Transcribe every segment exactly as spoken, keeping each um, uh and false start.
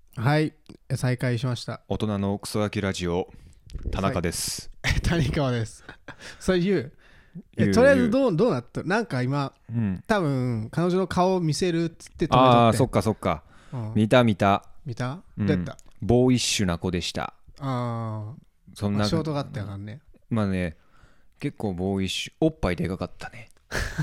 はい、再開しました。 大人のクソガキラジオ、田中です。 谷川です。そういう、えゆうとりあえゆう。 ずどうどうなった？なんか今、 うん。 多分彼女の顔を見せるっつって止めとああ、 ってん。 そっかそっか。 うん、 見た見た。 見た？ うん。 どうやった？ ボーイッシュな子でした。 あー、まあ、 そんな、 ショートカットやからね。 まあね、結構ボーイッシュ。おっぱいでかかったね。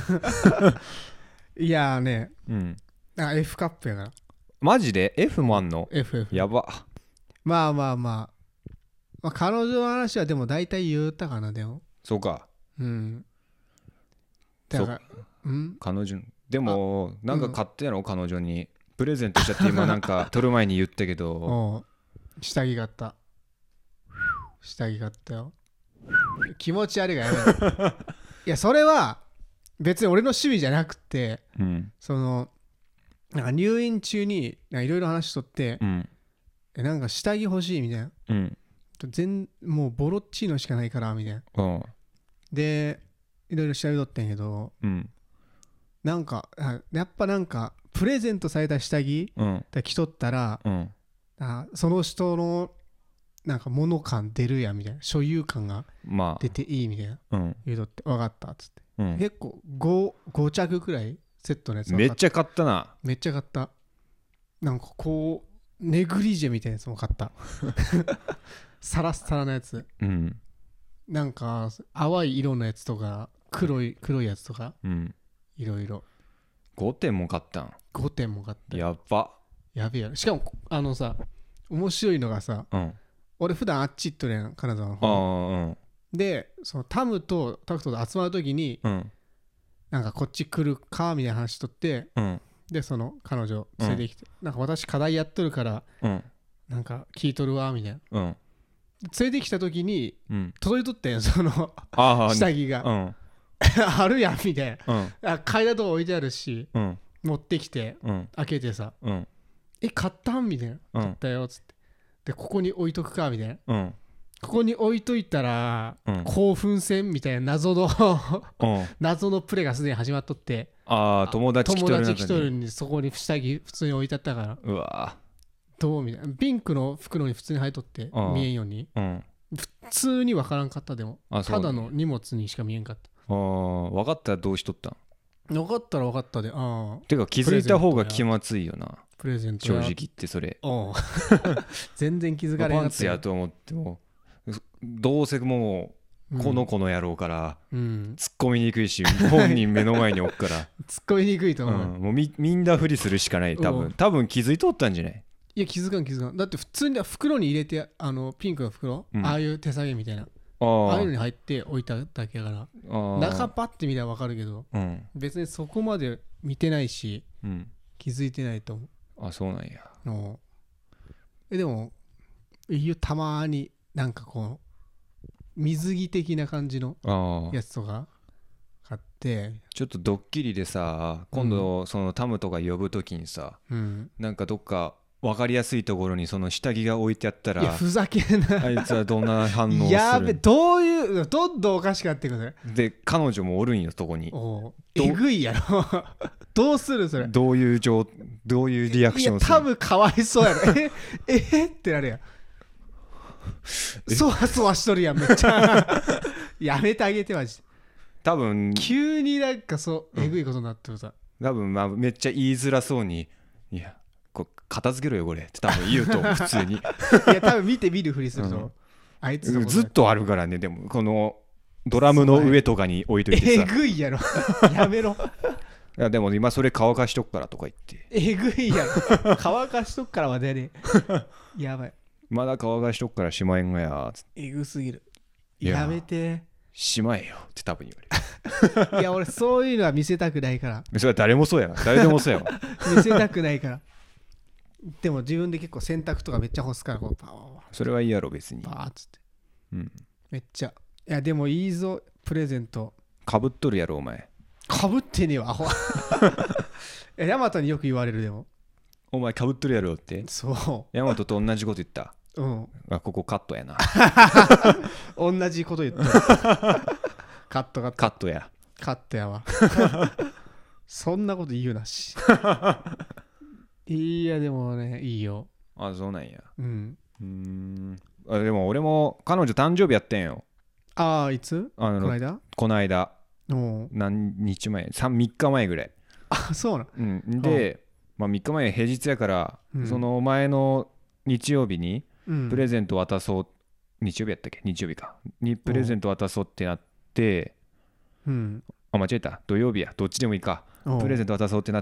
いやーね、 うん。 あ F カップやから。 マジで F うん、 もあんの？ エフエフ。 やば。 まあまあまあ、まあ、彼女の話はでも大体言ったかな、でも。 そうか。 うん。だそ、 から、うん、 彼女。であ、 も、なんかうん。 買ってやろ、彼女に。プレゼントしたって今なんか、撮る前に言ったけど。 おう、下着買った。下着買ったよ。気持ち悪いがやめろ。いや、それは別に俺の趣味じゃなくて、 うん。 そのなんか入院中にいろいろ話しとって、 うん。 えなんか下着欲しいみたいな、 うん。 全もうボロッチーノしかないからみたいな。 うん。 でいろいろ調べとってんけど、 うん。 なんかやっぱなんかプレゼントされた下着うん。 着とったら、 うん。 あその人のなんか物感出るやみたいな、所有感がま出ていいみたいなあ。うん。 言うとって、分かったっつって、 うん。 結構 5, 5着くらいセットのやつ分かった。 めっちゃ買ったな。 めっちゃ買った。なんかこうネグリジェみたいなやつも買った。サラッサラのやつ、 うん。 なんか淡い色のやつとか黒い黒いやつとかうん。 いろいろごてんも買ったん？ ごてんも買った。 やっば。 やべえやろ。しかもあのさ、面白いのがさ、 うん。 俺普段あっち行っとるやん、金沢のああ、 方うん。 で、そのタムとタクトで集まるときに、 うん。 なんかこっち来るかみたいな話しとって、 うん。 でその彼女連れてきて、なんか私課題やっとるからうん。 なんか聞いとるわみたいな。 うん。 連れてきた時にうん。 届いとったんよ、そのああ、 下着が。 うん。 あるやんみたいうん。 な。あ、階段とか置いてあるし、 うん。 持ってきてうん。 開けてさ、 うん。 え買ったんみたいな、 うん。 買ったよっつって、でここに置いとくかみたいな、 うん。 ここに置いといたら、 うん。 興奮戦みたいな謎のうん。 謎のプレイがすでに始まっとって、 ああ、友達来とる中に。 友達来とるにそこに下着普通に置いてあったから、 うわどうみたいな、ピンクの袋に普通に入っとってうん見えんように、 うん。 普通に分からんかった。でもあ、そうね。 ただの荷物にしか見えんかった。 ああ、分かったらどうしとったん？ 分かったら分かったで、ああてか気づいた方が気まずいよな。 プレゼントや正直言ってそれ。 おう全然気づかれなパンかったよ。 ツやと思っても、どうせもう、この子の野郎から、 うん、うん、 突っ込みにくいし、本人目の前に置くから。 突っ込みにくいとう思う、 ん、もう み, みんなふりするしかない。多うん分多分気づいとったんじゃない？ いや気づかん気づかん。だって普通に袋に入れて、あのピンクの袋、 うん、 ああいう手提げみたいな、 あああいうのに入って置いただけやから、 あ中パッて見たら分かるけど、 うん、 別にそこまで見てないし、 うん、 気づいてないと思あ、そうなんや。 う。のえでもいうたまになんかこう水着的な感じのあやつとか買って、 ちょっとドッキリでさ、今度そのタムとか呼ぶときにさ、 うん、 なんかどっか分かりやすいところにその下着が置いてあったら、 いやふざけんなあいつはどんな反応をする？ やべ、どういうどんどんおかしくなってくる。 で彼女もおるんよそこに。 おえぐいやろどうするそれ。 どういう状どういうリアクションする？ いや多分かわいそうやろええってなるやん。そわそわしとるやんめっちゃやめてあげてマジで。 多分急になんかそうえぐいことになってるさ、 多分まあめっちゃ言いづらそうに、いやこれ片付けろよこれって多分言うと普通にいや多分見て見るふりすると、うん、あいつのことずっとあるからね。でもこのドラムの上とかに置いといてさ、 えぐいやろやめろいやでも今それ乾かしとくからとか言って、 えぐいやろ乾かしとくからまでやねやばい、 まだ乾かしとくからしまえんがやつって、 えぐすぎる、 いややめてしまえよって多分言われるいや俺そういうのは見せたくないからそれは誰もそうやわ、誰でもそうやわ見せたくないからでも自分で結構洗濯とかめっちゃ干すから、こうパーそれはいいやろ別に。 パーっつって、 うん、 めっちゃ、いやでもいいぞプレゼント。 かぶっとるやろお前。 かぶってねえわアホヤマトによく言われる。でもお前かぶっとるやろって。 そヤマトと同じこと言った。 う、うん、 あここカットやな同じこと言ってるカットカットカットやカットやわそんなこと言うなしいやでもねいいよ。 あ、そうなんや。 うんうーん。あ、でも俺も彼女誕生日やってんよ。 ああいつあのこの間この間おう何日前 ?さん、みっかまえぐらい。 あそうなのうん。で、まあ、みっかまえ平日やから、 うんその前の日曜日にうんプレゼント渡そう、日曜日やったっけ日曜日か。にプレゼント渡そうってなって、 うんあ、間違えた。土曜日や。どっちでもいいか。 おうプレゼント渡そうってなって、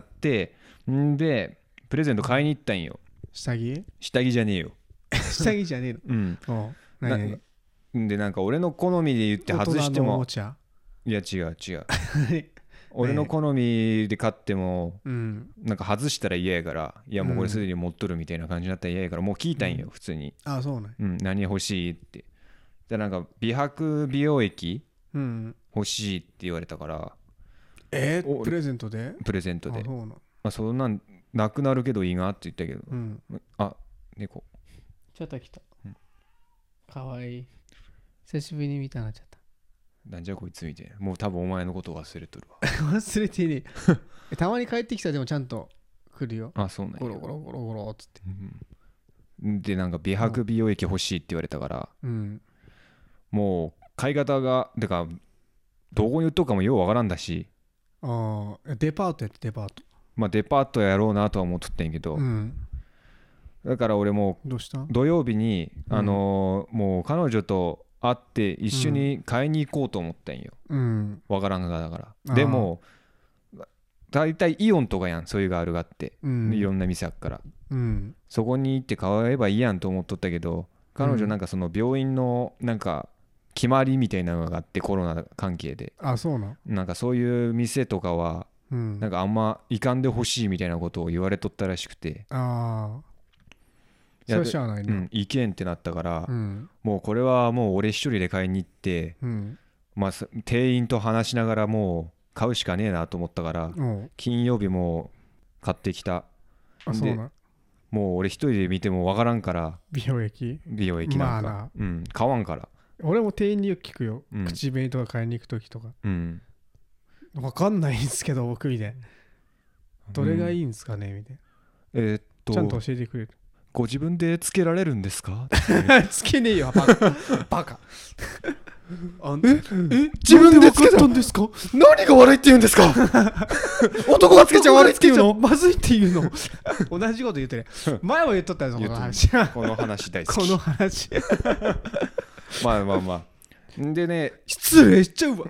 んで、プレゼント買いに行ったんよ。 下着下着じゃねえよ。 下着じゃねえのうん。 おう何々 んで、なんか俺の好みで言って外して大人のおもも、 ちゃいや違う違う。俺の好みで買っても、 うんなんか外したら嫌やから、いやもうこれすでに持っとるみたいな感じになったら嫌やから、もう聞いたんよ、 うん普通に。 あそうねうん、何欲しいって。で、なんか美白美容液うん欲しいって言われたから、おえープレゼントでプレゼントで。 あそうなのまあ、そんなんなくなるけどいいなって言ったけど、 うんあ、猫。 ちょっと来たうんかわいい久しぶりに見たなっちゃったなんじゃこいつみたいな。もう多分お前のこと忘れとるわ。 忘れてねえたまに帰ってきたらでもちゃんと来るよあ、そうなんや。 ゴロゴロゴロゴロっつってうんで、なんか美白美容液欲しいって言われたから、 うんもう買い方が、てか、どこに売っとくかもようわからんだし、 ああデパートやってデパートまあデパートやろうなとは思っとったんやけど、 うんだから俺もどうしたう土曜日に、 うんあのーもう彼女と会って一緒に買いに行こうと思ったんよ。 うんわからんがだかあーら。でも、大体イオンとかやん、そういうがあるがあって、 うんいろんな店あっから。 うんそこに行って買えばいいやんと思っとったけど、彼女なんかその病院のなんか決まりみたいなのがあって、コロナ関係で。 あそうなんなんかそういう店とかは、 うんなんかあんま行かんでほしいみたいなことを言われとったらしくて、 ああいやそれしゃあないうなん、行けんってなったから、 うんもうこれはもう俺一人で買いに行って、 うんまあ、す店員と話しながらもう買うしかねえなと思ったからおう金曜日も買ってきた。であそうなんもう俺一人で見てもわからんから美容液美容液なんか、 まあなうん、買わんから、 俺も店員によく聞くよ、 うん口紅とか買いに行く時とかうん、 わかんないんですけど僕みたいなどれがいい、 いんですかねみたいえーっとなちゃんと教えてくれるご自分でつけられるんですかつけねえよバカバカあんええ自分でつけたなんでわかったんですか何が悪いって言うんですか男がつけちゃ悪いって言うのまずいって言うの同じこと言ってる前も言っとったよその話この話大好きこの話まあまあまあんでね失礼しちゃうわ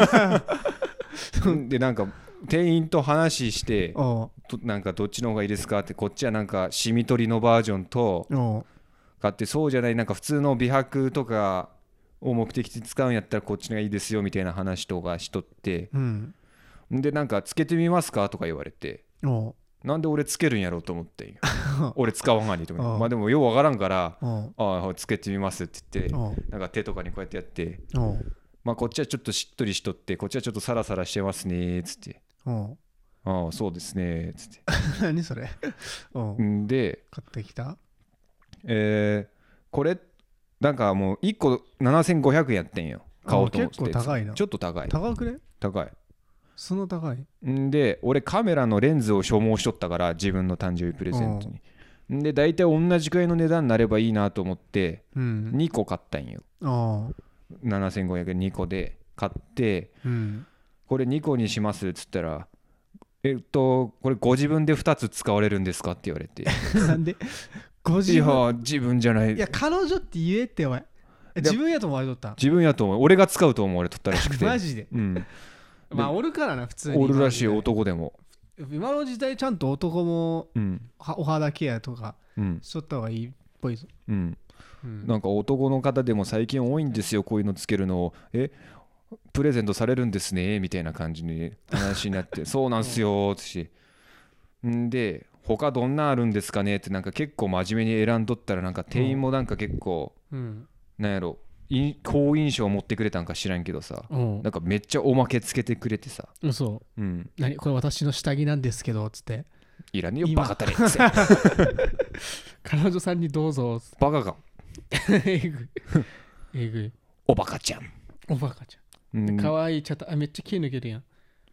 でなんか店員と話しておとなんかどっちの方がいいですかってこっちはなんかシミ取りのバージョンとうおう買ってそうじゃないなんか普通の美白とかを目的に使うんやったらこっちの方がいいですよみたいな話とかしとってうんんでなんかつけてみますかとか言われておうなんで俺つけるんやろうと思って俺使わんがにとかああまあでもようわからんからおうああつけてみますって言っておうなんか手とかにこうやってやっておうまあこっちはちょっとしっとりしとってこっちはちょっとサラサラしてますねつっておうああそうですねつって何それおうんで買ってきたえーこれなんかもういっこななせんごひゃくえんやってんよ買おうと思ってあ結構高いなちょっと高い高くね高いその高いんで俺カメラのレンズを所望しとったから自分の誕生日プレゼントにんで大体同じくらいの値段になればいいなと思ってうんにこ買ったんよああななせんごひゃくえんにこで買ってうんこれにこにしますっつったらえっとこれご自分でふたつ使われるんですかって言われてなんでごい自分や自分じゃないいや彼女って言えってお前え自分やと思われとった自分やと思う俺が使うと思われとったらしくてマジでうんまあおるからな普通におるらしい今の時男でも代今の時代ちゃんと男もうんはお肌ケアとかうんしとった方がいいっぽいぞ、 うんうんなんか男の方でも最近多いんですよこういうのつけるのをえプレゼントされるんですねみたいな感じに話になってそうなんすよってしんで他どんなあるんですかねってなんか結構真面目に選んどったらなんか店員もなんか結構うんなんやろい好印象を持ってくれたんか知らんけどさうんなんかめっちゃおまけつけてくれてさ嘘うん何これ私の下着なんですけどつっていらねえよ今バカたれ彼女さんにどうぞバカがえぐいえぐいおバカちゃんおバカちゃうんんかわいいちゃったあめっちゃ毛抜けるやん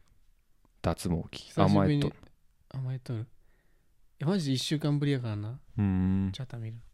脱毛器久しぶりに甘えと甘えとるえマジでいっしゅうかんぶりやからなうーんチャタ見る。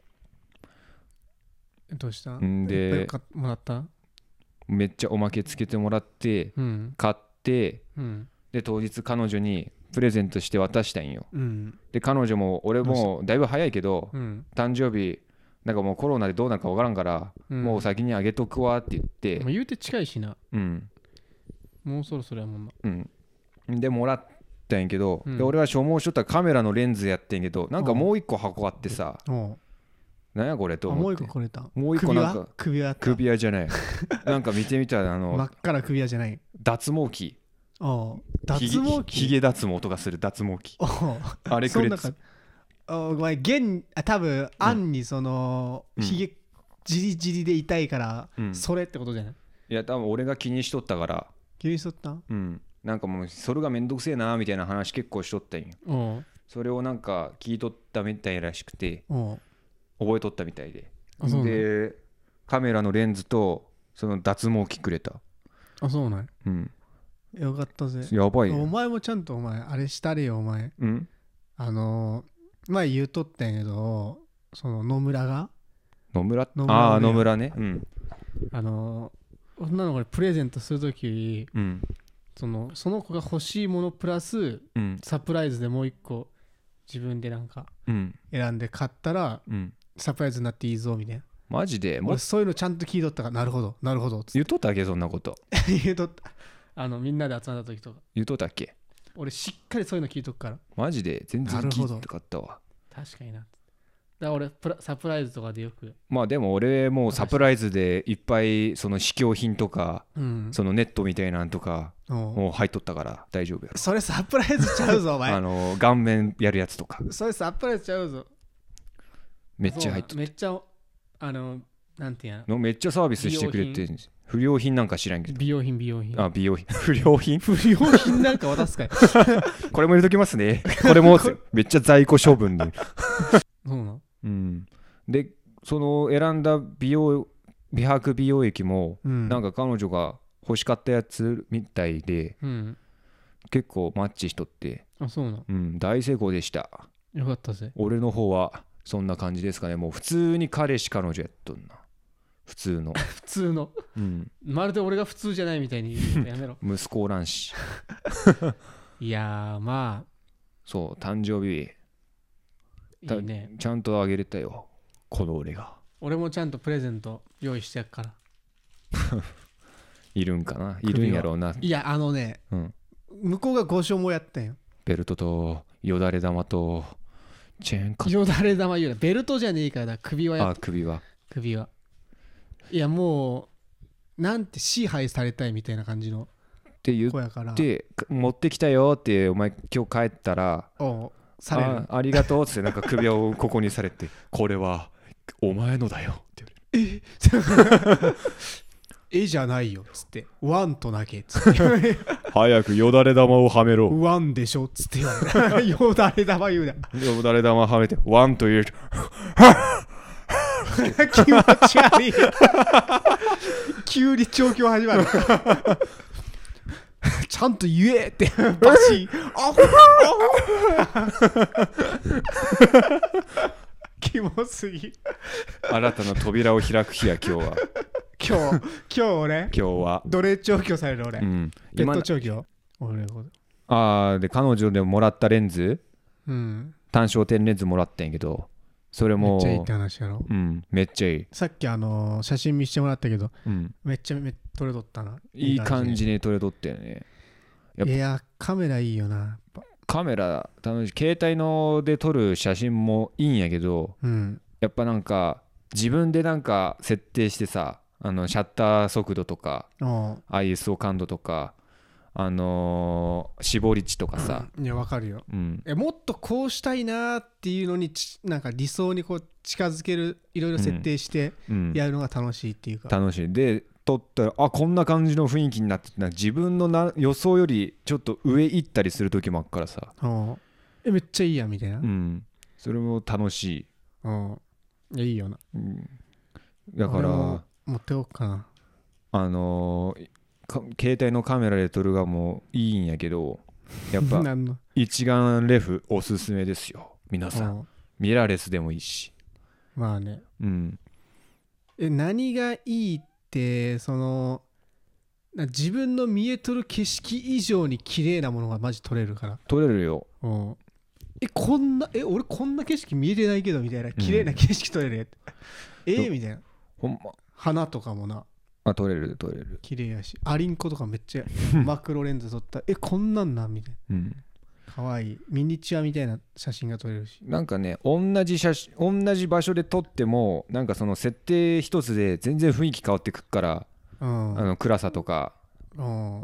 どうした？ んでいっぱい買っもらった？ めっちゃおまけつけてもらってうん買ってうんで当日彼女にプレゼントして渡したんよ。 うんで彼女も俺もだいぶ早いけどうん誕生日なんかもうコロナでどうなるかわからんから、 うん、 もう先にあげとくわって言ってもう言うて近いしな。 うんもうそろそろやもんな。 うんでもらったんやけど、 うんで俺は所望しとったカメラのレンズやってんけどなんかもう一個箱あってさ、 おうなんやこれとあもう思って一個これた。 もう一個なんか首輪首輪じゃないなんか見てみたらあの真っ赤な首輪じゃない。 脱毛器おう脱毛器。 ひげ脱毛とかする脱毛器おうあれくれてそんなかお前現あ多分案にそのうんひげじりじりで痛いから、 うんそれってことじゃない？ いや多分俺が気にしとったから気にしとった？ うんなんかもうそれがめんどくせえなみたいな話結構しとったんよ。 おうそれをなんか聞いとったみたいらしくておう覚えとったみたいであそうなんでカメラのレンズとその脱毛器くれた。 あそうなんうんよかったぜ。 やばいね。 お前もちゃんとお前あれしたれよお前。 うんあのー、前言うとったんやけどその野村が野村野村ああね野村ねうんあのー、女の子にプレゼントするときうんそのその子が欲しいものプラスうんサプライズでもう一個自分でなんかうん選んで買ったらうんサプライズになっていいぞみたいな。 マジでもう俺そういうのちゃんと聞いとったからなるほどなるほどつって言うとったっけそんなこと言うとったあのみんなで集まった時とか言うとったっけ俺しっかりそういうの聞いとくからマジで全然なるほど聞いてなかったわ。 確かにな。だから俺プラサプライズとかでよくまあでも俺もうサプライズでいっぱいその試供品とかうんそのネットみたいなんとかおうもう入っとったから大丈夫やろ。 それサプライズちゃうぞお前あの顔面やるやつとかそれサプライズちゃうぞ。 めっちゃ入っとっそうめっちゃあのなんていうんやたのめっちゃサービスしてくれてるんです。不良品なんか知らんけど美容品美容品あ美容品不良品不良品なんか渡すかいこれも入れときますねこれもめっちゃ在庫処分でそうなのうんでその選んだ美容美白美容液もうんなんか彼女が欲しかったやつみたいでうん結構マッチしとってあそうなのうん大成功でした。 よかったぜ。 俺の方はそんな感じですかね。もう普通に彼氏彼女やっとんな普通の普通のうんまるで俺が普通じゃないみたいに言うのやめろ息子おらんしいやーまそう誕生日あいいね。 ちゃんとあげれたよこの俺が。 俺もちゃんとプレゼント用意してやっから。 いるんかないるんやろうな。 いやあのね、 うん向こうがご所もやったんよ。 ベルトとよだれ玉とチェーンカッよだれ玉言うな。ベルトじゃねえからだ首はやっあ首は首はいやもうなんて支配されたいみたいな感じのって言子やからって持ってきたよってお前今日帰ったらおうされる。 あありがとうっつってなんか首輪をここにされてこれはお前のだよって言われる。 絵じゃないよっつってワンとだけっつって早くよだれ玉をはめろ。 ワンでしょっつって言われるよだれ玉言うなよだれ玉はめてワンと入れる。 気持ち悪い急に調教始まるちゃんと言えってバシンあキモすぎ新たな扉を開く日や今日は今日今日俺今日は奴隷調教される俺、 うん、 ペッ今ト調教俺のことあーで彼女でもらったレンズうん単焦点レンズもらったんやけどそれもめっちゃいいって話やろ。 うんめっちゃいい、 さっきあのー写真見してもらったけどうん、 めっちゃめ撮れとったな。 いい感じでに撮れとったよね。やっぱいやカメラいいよなやっぱ。 カメラ楽しい携帯ので撮る写真もいいんやけどうんやっぱなんか自分でなんか設定してさあのシャッター速度とかおうアイエスオー 感度とかあのー、絞り値とかさ、 いやわかるよ。 うん、 えもっとこうしたいなっていうのにちなんか理想にこう近づけるいろいろ設定してうん、 やるのが楽しいっていうか、 楽しいで撮ったらあこんな感じの雰囲気になってな自分のな予想よりちょっと上行ったりする時もあっからさ、 おうえめっちゃいいやんみたいな、 うん、それも楽しい、 おういやいいよな。 うん、だから俺も持っておくかな。 あのーか携帯のカメラで撮るがもういいんやけどやっぱ何の一眼レフおすすめですよ皆さん。 おうミラーレスでもいいし。 まあね。 うんえ何がいいってそのな自分の見えとる景色以上に綺麗なものがマジ撮れるから。 撮れるよ。 うんえこんなえ俺こんな景色見えてないけどみたいな綺麗な景色撮れる、うん、えー、みたいな。 ほんま花とかもなあ撮れる撮れる綺麗やし、アリンコとかめっちゃマクロレンズ撮ったえこんなんなんみたいな、うん、かわいいミニチュアみたいな写真が撮れるし、 なんかね同じ写真同じ場所で撮ってもなんかその設定一つで全然雰囲気変わってくっから、うん、あの暗さとか、うん、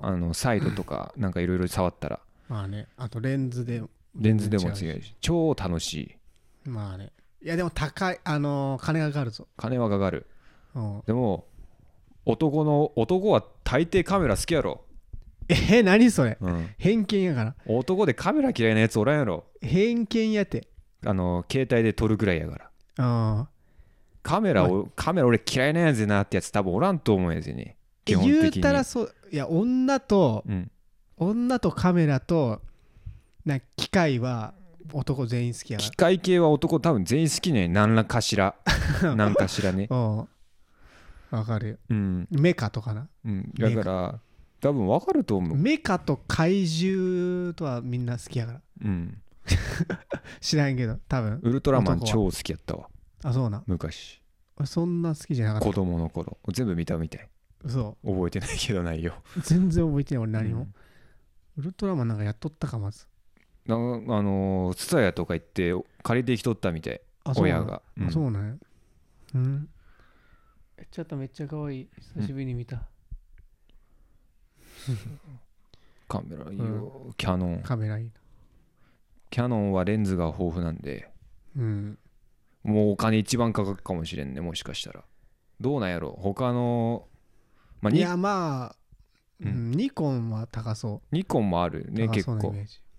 あのサイドとかなんかいろいろ触ったらまあね、あとレンズでレンズでも違うし超楽しい。まあね、いやでも高いあのー、金がかかるぞ。 金はかかる、うん、でも男の男は大抵カメラ好きやろ。 え何それ、うん、偏見やから。 男でカメラ嫌いなやつおらんやろ。 偏見やて。 あの携帯で撮るぐらいやから。あカメラを、ま、カメラ俺嫌いなやつなってやつ多分おらんと思うやつね。基本的に言うたらそういや女と、うん、女とカメラとな機械は男全員好きやから。 機械系は男多分全員好きね。何らかしら何かしらね。 わかるよ、うん、メカとかな、 うん、だから多分わかると思う。 メカと怪獣とはみんな好きやから、うん、知らんけど多分ウルトラマン超好きやったわ。 あそうな昔そんな好きじゃなかった。 子供の頃全部見たみたい。 そう覚えてないけどないよ。 全然覚えてない俺何も、うん、ウルトラマンなんかやっとったかまずなあのツタヤとか行って借りてきとったみたい。親が。 あそうなんや、うん、ちょっとめっちゃ可愛い。久しぶりに見た、 うん、カメラいいよ、うん、キャノン。 カメラいいな。 キャノンはレンズが豊富なんで、うん、もうお金一番かかるかもしれんね。もしかしたらどうなんやろ他の、 まあ、いやまあ、うん、ニコンは高そう。 ニコンもあるね結構。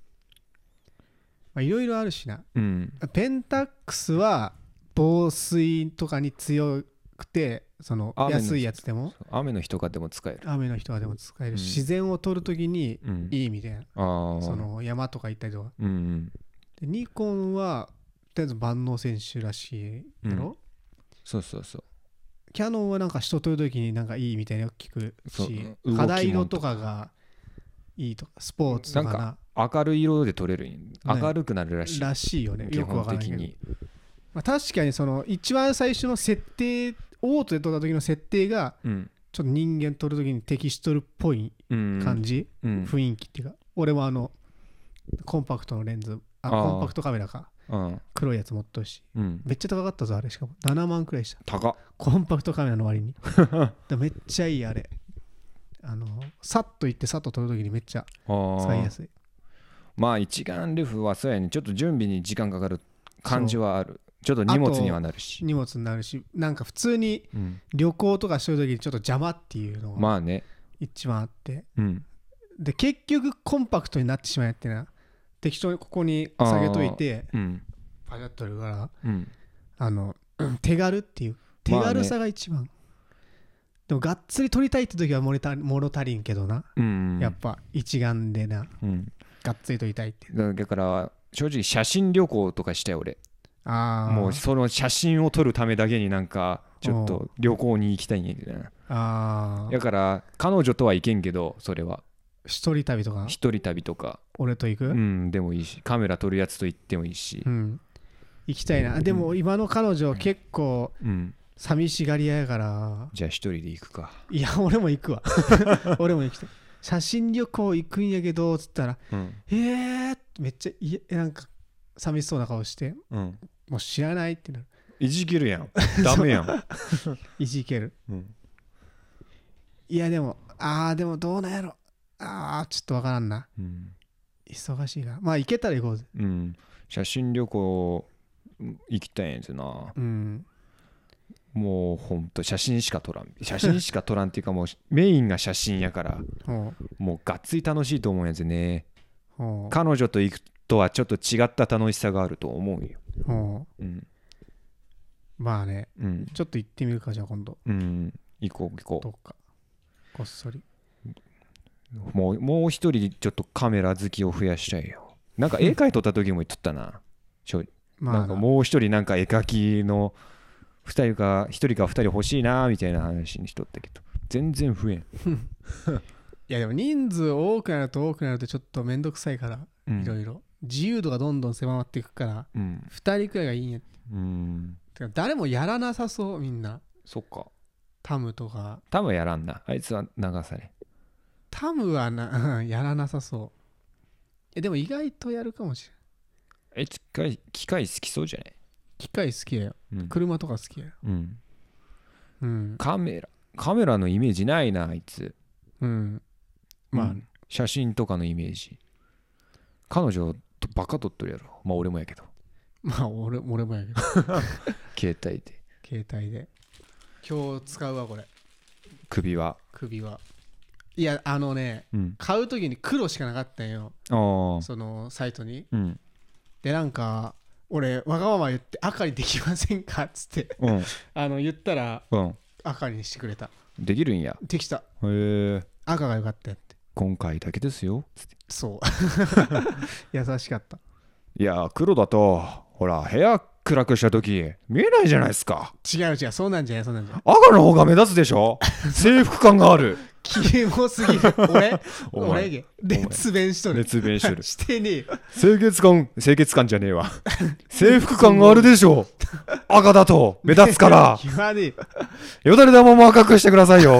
いろいろあるしな、うん、ペンタックスは防水とかに強くてその安いやつでも雨の日とかでも使える。 雨の日とかでも使える、うん、自然を撮るときにいいみたいな、うん、その山とか行ったりとか、うんうん、でニコンはとりあえず万能選手らしいだろ、うん、 そうそうそう。 キャノンはなんか人撮るときになんかいいみたいなよく聞くし、肌色とかがいいとかスポーツとか な, なんか明るい色で撮れる、ね、明るくなるらしいらしいよね。よくわからないけど、まあ、確かにその一番最初の設定オートで撮った時の設定が、うん、ちょっと人間撮る時に適しとるっぽい感じ、うんうん、雰囲気っていうか俺はあのコンパクトのレンズあコンパクトカメラか、うん、黒いやつ持っとるし、うん、めっちゃ高かったぞあれ。しかもななまんくらいした。 高っ。 コンパクトカメラの割にめっちゃいいあれ。あのさっと行ってさっと撮るときにめっちゃ使いやすい。 まあ一眼レフはそうやね。ちょっと準備に時間かかる感じはある。ちょっと荷物にはなるし荷物になるしなんか普通に旅行とかしてるときにちょっと邪魔っていうのが一番あって、うん、で結局コンパクトになってしまうやってな。適当にここに下げといて、うん、パシャッとやるから、うん、あの手軽っていう手軽さが一番、まあね、でもがっつり撮りたいって時は物足りんけどな、うんうん、やっぱ一眼でな、うん、がっつり撮りたいってだから正直写真旅行とかしたよ俺。あもうその写真を撮るためだけになんかちょっと旅行に行きたいんやけどな。あだから彼女とは行けんけどそれは一人旅とか一人旅とか俺と行く、 うん、でもいいしカメラ撮るやつと行ってもいいし、うん、 行きたいな。でも今の彼女結構寂しがり屋やから、うん、 じゃあ一人で行くか。 いや俺も行くわ俺も行きたい。写真旅行行くんやけどつったら、うん、えーめっちゃいなんか寂しそうな顔して、うん、もう知らないってなる。 いじけるやんダメやんいじける、うん、いやでもあーでもどうなんやろあーちょっとわからんな、うん、忙しいからまあ行けたら行こうぜ、 うん、写真旅行行きたいんですよな、うん、もうほんと写真しか撮らん写真しか撮らんっていうかもうメインが写真やからもうがっつり楽しいと思うんやつね。彼女と行くとはちょっと違った楽しさがあると思うよ、うん、 まあね、うん、ちょっと行ってみるかじゃあ今度、 うん、行こう行こう。 どっかこっそりもうもう一人ちょっとカメラ好きを増やしたいよ。なんか絵描いとった時も言っとったな、うん、 まあ、なんかもう一人なんか絵描きのふたりかひとりかふたり欲しいなみたいな話にしとったけど全然増えんいやでも人数多くなると多くなるとちょっとめんどくさいから、うん、いろいろ自由度がどんどん狭まっていくから、うん、ふたりくらいがいいんやって、うん、てか誰もやらなさそうみんな。 そっか。 タムとかタムはやらんな、あいつは流され。 タムはなやらなさそう。えでも意外とやるかもしれない。え機械機械好きそうじゃない？ 機械好きやよ、うん、車とか好きやよ、うんうん、カメラカメラのイメージないなあいつ。うんまあ、うん、写真とかのイメージ。彼女とバカ撮っとるやろ。まあ俺もやけど。 まあ俺俺もやけど携帯で携帯で今日使うわこれ。 首輪首輪いやあのね、うん、買う時に黒しかなかったんよそのサイトに、うん、でなんか俺わがまま言って赤にできませんかっつって、うん、あの言ったら、うん、赤にしてくれた。 できるんや。 できた。へえ。赤が良かったやって。 今回だけですよ。 そう優しかった。 いや黒だとほら部屋暗くした時見えないじゃないですか。 違う違うそうなんじゃないそうなんじゃない。 赤の方が目立つでしょ制服感がある。 キモすぎる。俺俺熱弁しとる。 熱弁しとる。 してねえよ。 清潔感清潔感じゃねえわ。制服感があるでしょ。赤だと目立つから。 言わねえよ。 よだれ玉も赤くしてくださいよ。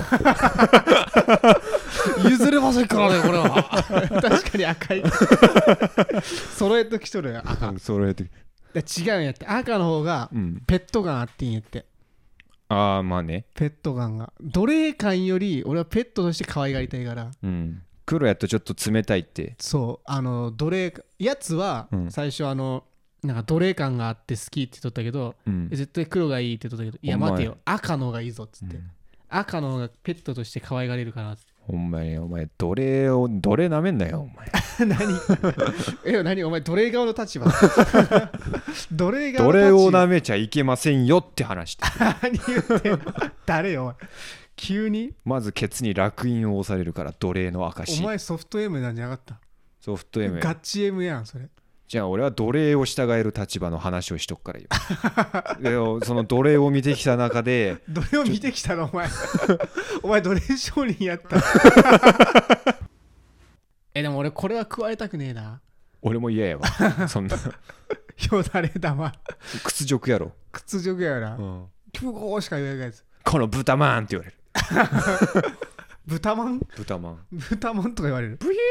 譲れませんからねこれは。確かに赤い。揃えときとるよ赤。 揃えて。 違うんやって赤の方がペット感あっていいんやって。 ああまあね。 ペット感が奴隷感より俺はペットとして可愛がりたいから、 うん、黒やとちょっと冷たいって。 そうあの奴隷やつは最初あの、うん、なんか奴隷感があって好きって言っとったけど、うん、絶対黒がいいって言っとったけどいや待てよ赤の方がいいぞっつって、うん、赤の方がペットとして可愛がれるかなって。 お前お前奴隷を奴隷なめんなよお前。 何え何お前奴隷側の立場。奴隷側の立場。奴隷をなめちゃいけませんよって話して。 何言ってんの。誰よお前急に。 まずケツに烙印を押されるから奴隷の証。 お前ソフト M なんじゃなかった。 ソフト M ガチ M やんそれ。 じゃあ俺は奴隷を従える立場の話をしとくからよ。その奴隷を見てきた中で奴隷を見てきたのお前。お前奴隷商人やった。えでも俺これは加えたくねえな。 俺も嫌やわそんな。 よだれ玉屈辱やろ。 屈辱やな。今日こうしか言えないやつ。 この豚マンって言われる。 豚マン豚マン豚マンとか言われる。 ブイ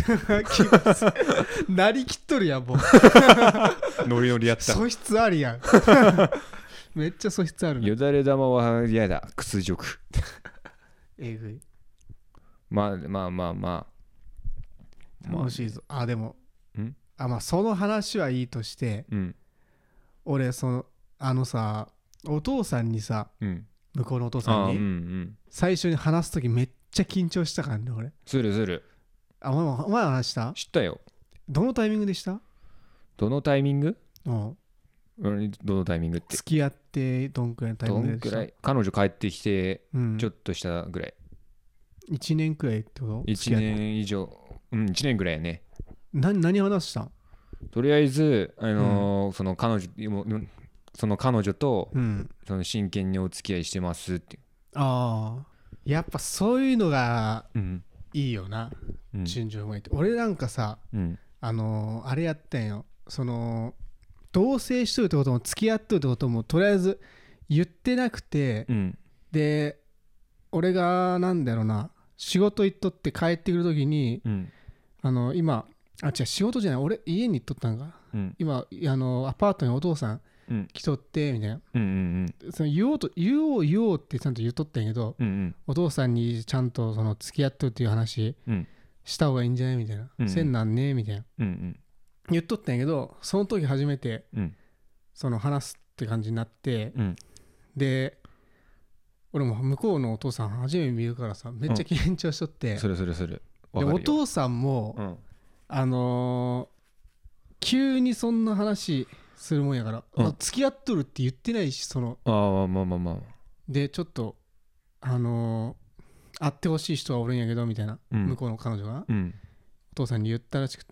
ーなりきっとるやんもう。 ノリノリやった。 素質ありやん。めっちゃ素質ある。 よだれ玉は嫌だ。屈辱。 えぐい。 まあまあまあまあ楽しいぞ。あでもんあまあその話はいいとして、うん、俺そのあのさお父さんにさ、うん、向こうのお父さんに、うんうん、最初に話すときめっちゃ緊張したからね俺。 するする。 あお前もお前は話した？ 知ったよ。 どのタイミングでした？ どのタイミング？ うん。 どのタイミングって付き合ってどんくらいのタイミングでした？ どんくらい彼女帰ってきてちょっとしたぐらい、 うん、いちねんくらいってこと？ いちねん以上。うんいちねんぐらいやね。 な何話したん？ とりあえずあのーうん、その彼女その彼女と、うん、その真剣にお付き合いしてますって。 ああやっぱそういうのがいいよな、うん、順序うまいって。俺なんかさ、うん、あのー、あれやったんよ。その同棲しとるってことも付き合っとるってこともとりあえず言ってなくて、うん、で俺がなんだろうな仕事行っとって帰ってくるときに、うん、あの今あ違う仕事じゃない俺家に行っとったんか、うん、今あのアパートにお父さん来とってみたいな、うんうんうん、その言おうと言おう言おうってちゃんと言っとったんやけど、うんうん、お父さんにちゃんとその付き合っとるっていう話した方がいいんじゃないみたいな、うんうん、せんなんねみたいな、うんうん、言っとったんやけどその時初めて、うん、その話すって感じになって、うん、で俺も向こうのお父さん初めて見るからさめっちゃ緊張しとって、うん、 それそれそれでお父さんも、うん、あのー、急にそんな話するもんやから、うん、付き合っとるって言ってないしそのああまあまあまあでちょっとあのー、会ってほしい人はおるんやけどみたいな、うん、向こうの彼女が、うん、お父さんに言ったらしくて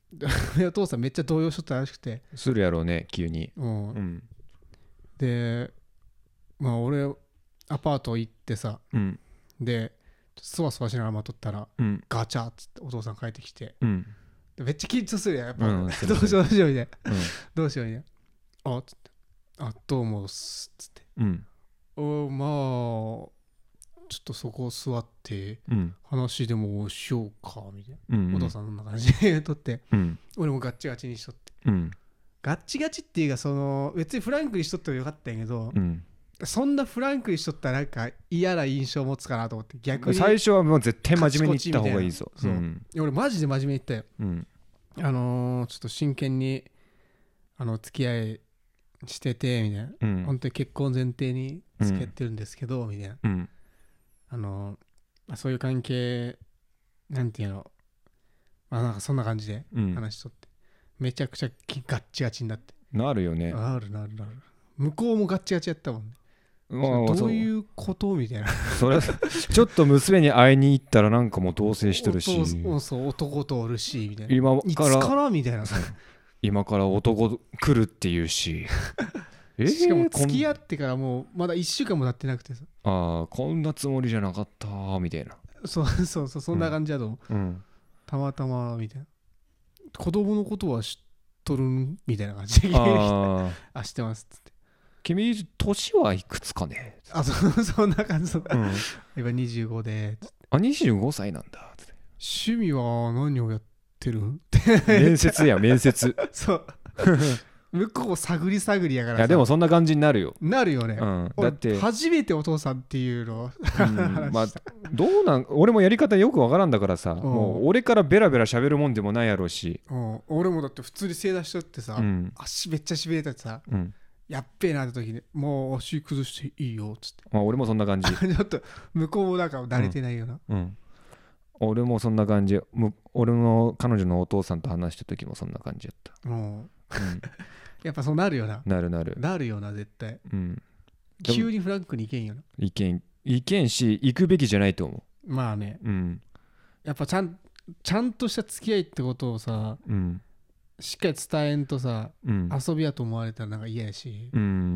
お父さんめっちゃ動揺しとったらしくて。 するやろうね急に。 うん、 うん、 でまあ俺アパート行ってさ、 うん、 でそわそわしながら待っとったら、 うん、 ガチャっつってお父さん帰ってきて、 うん、 めっちゃ緊張するやんやっぱ、 うん、 どうしようどうしようみたいな、 うん、 どうしようみたいな、あっつってあどうもっすっつって、 うん、 おまあちょっとそこ座ってうん、 話でもしようかみたいな、 うん、 お父さんそんな感じでとって、 うん、 俺もガッチガチにしとって、 うん、 ガッチガチっていうかその別にフランクにしとってもよかったんやけど、 うん、 そんなフランクにしとったらなんか嫌な印象を持つかなと思って、逆に最初はもう絶対真面目に言った方がいいぞ。 そう、うん、俺マジで真面目に言ったよ、 うん、 あのー、ちょっと真剣にあの付き合いしててみたいな、うん、本当に結婚前提に付き合ってるんですけど、うん、みたいな、うん、あのー、そういう関係なんていうの、まあなんかそんな感じで話しとって、うん、めちゃくちゃガッチガチになって、 なるよね。 なるなるなる、向こうもガッチガチやったもんね。まあ、どういうことみたいな。 それちょっと娘に会いに行ったらなんかもう同棲してるし、 そうそう男とおるしみたいな。 今からいつからみたいな。 今から男来るっていうし、 えー、しかも付き合ってからもうまだいっしゅうかんも経ってなくてさ、 ああこんなつもりじゃなかったみたいな。 そうそうそう、そんな感じだと思う、うん、たまたまみたいな。子供のことは知っとるんみたいな感じでああ知ってますっつって、 君年はいくつかね、 あ そ, そんな感じ、うん、今にじゅうごでつって、 あにじゅうごさいなんだつって、 趣味は何をやってるん面接や面接そう向こう探り探りやからさ。 いやでもそんな感じになるよ。 なるよね、 うん、だって初めてお父さんっていうの、 うん、まあどうなん、俺もやり方よくわからんだからさ、もう俺からベラベラ喋るもんでもないやろうし、 うん、俺もだって普通に正座しとってさ、うん、足めっちゃしびれたってさ、うん、やっべえなって時にもう足崩していいよっつって、 まあ、俺もそんな感じちょっと向こうもなんか慣れてないよな、 うんうん、俺もそんな感じ、俺の彼女のお父さんと話した時もそんな感じやった、うんうん、 やっぱそうなるよな、 なるなるなるよな絶対、うん、 急にフランクにいけんよな、 いけんいけんし行くべきじゃないと思う。まあね、うん、やっぱちゃんちゃんとした付き合いってことをさ、うん、しっかり伝えんとさ、うん、遊びやと思われたらなんか嫌やし、うん、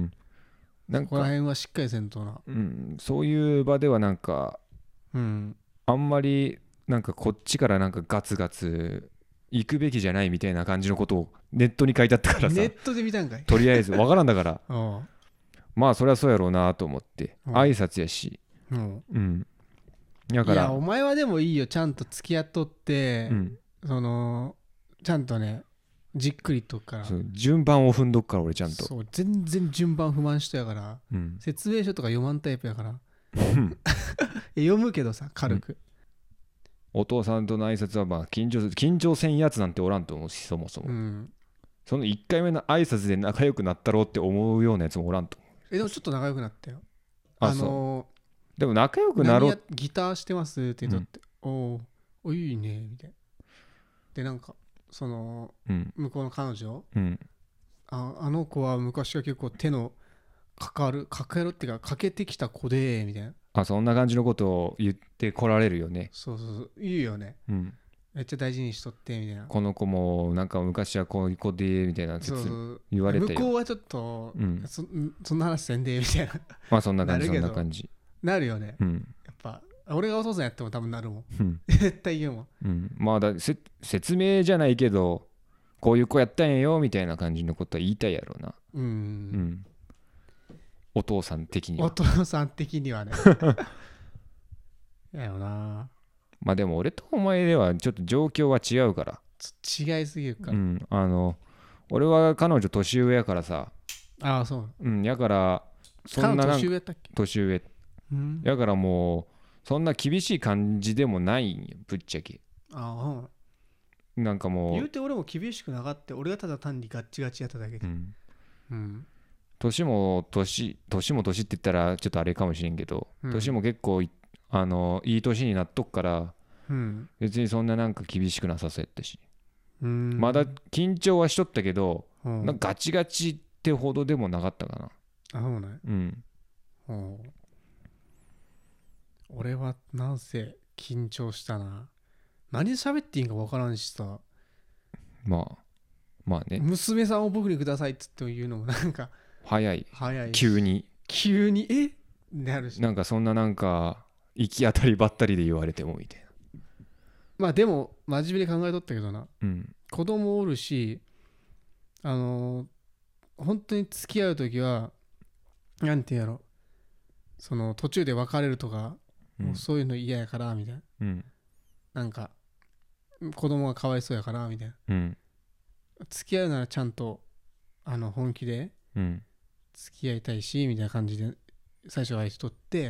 なんかここら辺はしっかりせんとな、 うん、そういう場ではなんか、うん、あんまりなんかこっちからなんかガツガツ行くべきじゃないみたいな感じのことをネットに書いてあったからさ、 ネットで見たんかい、 とりあえずわからんだからまあそりゃそうやろうなと思って挨拶やし、うん、うん、だからいやお前はでもいいよ、ちゃんと付き合っとって、うん、そのちゃんとねじっくりとから順番を踏んどくから俺ちゃんと、 そう全然順番不満人やから、うん、説明書とか読まんタイプやから読むけどさ軽く、 うん、お父さんとの挨拶はまあ緊張緊張せんやつなんておらんと思うし、そもそも、うん、そのいっかいめの挨拶で仲良くなったろうって思うようなやつもおらんと思う。 えでもちょっと仲良くなったよ。あ、あのー、でも仲良くなろう、 ギターしてますって言って、うん、おおいいねみたいな。でなんかその、うん、向こうの彼女、うん、あ, あの子は昔は結構手のかかるかかるっていうかかけてきた子でみたいな、 あそんな感じのことを言ってこられるよね。 そうそうそう言うよね、うん、めっちゃ大事にしとってみたいな、 この子もなんか昔はこういう子でみたいな説言われてよ。 向こうはちょっと、うん、そ, そんな話せんでみたいなまあそんな感じそんな感じなるよね、うん、やっぱ俺がお父さんやっても多分なるもん、うん、絶対言うもん、 うん、まあだせ説明じゃないけどこういう子やったんやよみたいな感じのことは言いたいやろうな、うん、うん、お父さん的にはお父さん的にはねやよな。 まあでも俺とお前ではちょっと状況は違うから、 違いすぎるから、 うん、あの俺は彼女年上やからさ、 ああそう、 うん、やからそんな年上やったっけ、 年上、うん、やからもうそんな厳しい感じでもないんよぶっちゃけ。ああなんかもう言うて俺も厳しくなかった、俺がただ単にガッチガチやっただけで、うんうん、年も年年も年って言ったらちょっとあれかもしれんけど、うん、年も結構あのいい年になっとくから、うん、別にそんななんか厳しくなさそうやったし、うん、まだ緊張はしとったけど、うん、なんかガチガチってほどでもなかったかな。 あそうね、うん、俺はなんせ緊張したな。何喋っていいんか分からんしさ。 まあまあね、 娘さんを僕にくださいっつって言うのもなんか早い早い急に急にえなるし、 なんかそんななんか行き当たりばったりで言われてもみたいな。 まあでも真面目に考えとったけどな、 うん、 子供おるし、あのー、本当に付き合う時はなんていうやろ、その途中で別れるとか、うん、もうそういうの嫌やからみたいな、うん、なんか子供がかわいそうやからみたいな、うん、付き合うならちゃんとあの本気で付き合いたいしみたいな感じで最初はしとって、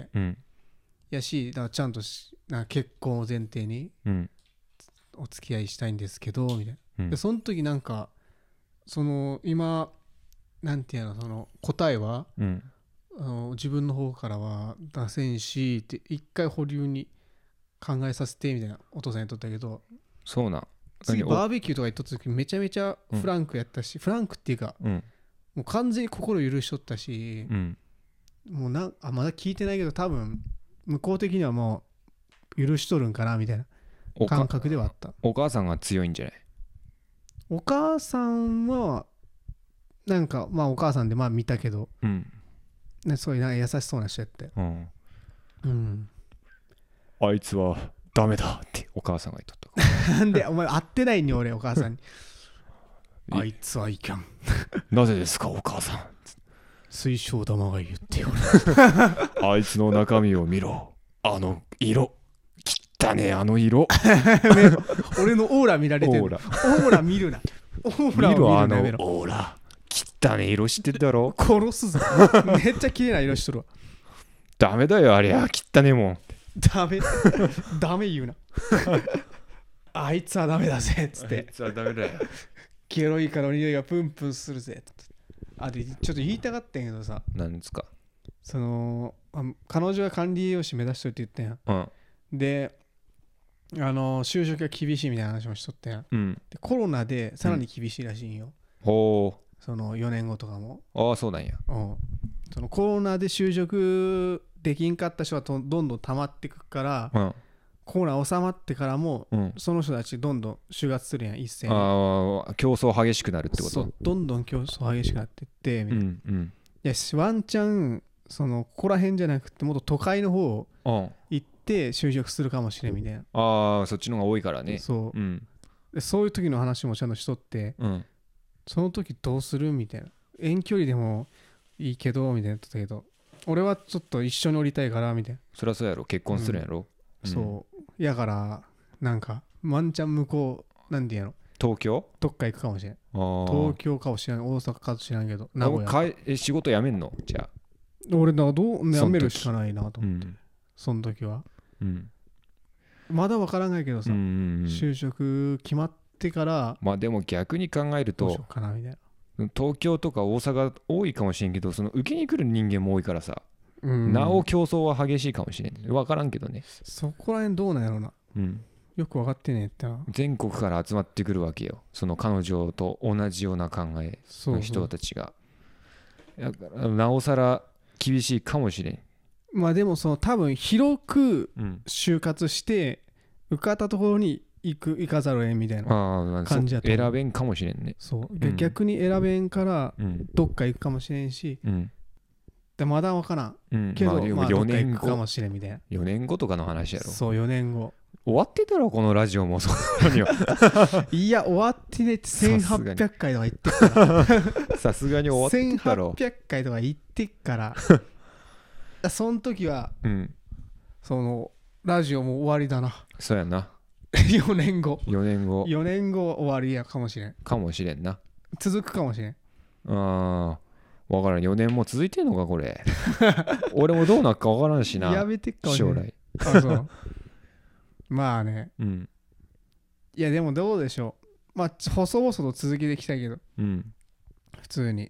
うん、やしだからちゃんとなんか結婚を前提にお付き合いしたいんですけどみたいな、うん、でその時なんかその今なんていうのその答えは、うん、あの自分の方からは出せんしって一回保留に考えさせてみたいなお父さん言っとったけど、 そうなん次バーベキューとか行っとった時めちゃめちゃフランクやったし、うん、フランクっていうか、うん、もう完全に心許しとったし、うん、もうなあまだ聞いてないけど多分向こう的にはもう許しとるんかなみたいな感覚ではあった。 お母さんが強いんじゃない？ お母さんはなんかまあお母さんでまあ見たけど、うん、ね、そういうなんか優しそうな人やって、うんうん、 あいつはダメだってお母さんが言っとったなんでお前会ってないに俺お母さんにあいつはいかんなぜですかお母さん水晶玉が言ってよあいつの中身を見ろあの色汚ねえあの色俺のオーラ見られてるオーラオーラ見るなオーラを見るなあのオーラ汚ねえ色してるだろ殺すぞめっちゃ綺麗な色しとるわダメだよあれや汚ねえもんダメダメ言うなあいつはダメだぜっつってあいつはダメだよゲロイカの匂いがプンプンするぜってあれちょっと言いたかったんやけどさ何ですかその彼女は管理栄養士目指しとるって言ったやん、うん、であの就職が厳しいみたいな話もしとったやん、うん、でコロナでさらに厳しいらしいんよ、うん、ほうそのよねんごとかもああそうなんや、 うん、そのコロナで就職できんかった人はどんどん溜まってくから、うん、コロナ収まってからも、うん、その人たちどんどん就活するやん一斉にああ競争激しくなるってことそうどんどん競争激しくなってってみたいな、うんうん、いやワンチャンそのここら辺じゃなくてもっと都会の方行って就職するかもしれんみたいな、うん、 ああそっちの方が多いからねそう、うん、でそういう時の話もちゃんとしとって、うん、その時どうするみたいな遠距離でもいいけどみたいな言ってたけど俺はちょっと一緒に降りたいからみたいなそりゃそうやろ結婚するんやろ、 うん、そうやからなんかワンチャン向こうなんていうの東京どっか行くかもしれん東京かもしれん大阪かもしれんけど名古屋かえ仕事辞めんのじゃあ俺だどう辞めるしかないなと思って その時、うん、その時は、うん、まだ分からないけどさ、うんうんうん、就職決まってからまあでも逆に考えるとどうしようかなみたいな東京とか大阪多いかもしれんけどその受けに来る人間も多いからさ、うん、なお競争は激しいかもしれん分からんけどねそこら辺どうなんやろうな、うん、よく分かってねえってな全国から集まってくるわけよその彼女と同じような考えの人たちがだからなおさら厳しいかもしれんまあでもその多分広く就活して受かったところに行く行かざるを得んみたいな感じだと選べんかもしれんねそうで、うん、逆に選べんからどっか行くかもしれんし、うん、でまだ分からん、うん、けど、まあ、まあどっか行くかもしれんみたいなよねんごとかの話やろそうよねんご終わってたろこのラジオもそんなにはいや終わってねってせんはっぴゃっかいとか言ってっからさすがに終わってたろせんはっぴゃっかいとか言ってっからその時は、うん、そのラジオも終わりだなそうやなよねんごよねんごよねんご終わりやかもしれんかもしれんな続くかもしれんあー分からんよねんも続いてんのかこれ俺もどうなっか分からんしなやめてっかもしれん将来あそうまあね、うん、いやでもどうでしょうまあ細々と続けてきたけど、うん、普通に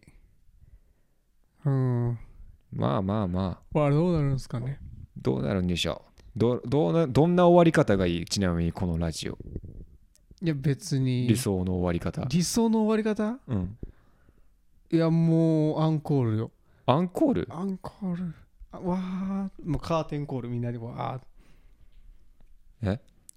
うんまあまあまあまあどうなるんですかねどうなるんでしょうど, ど, などんな終わり方がいいちなみにこのラジオいや別に理想の終わり方理想の終わり方うんいやもうアンコールよアンコールアンコールわーもうカーテンコールみんなでわーえは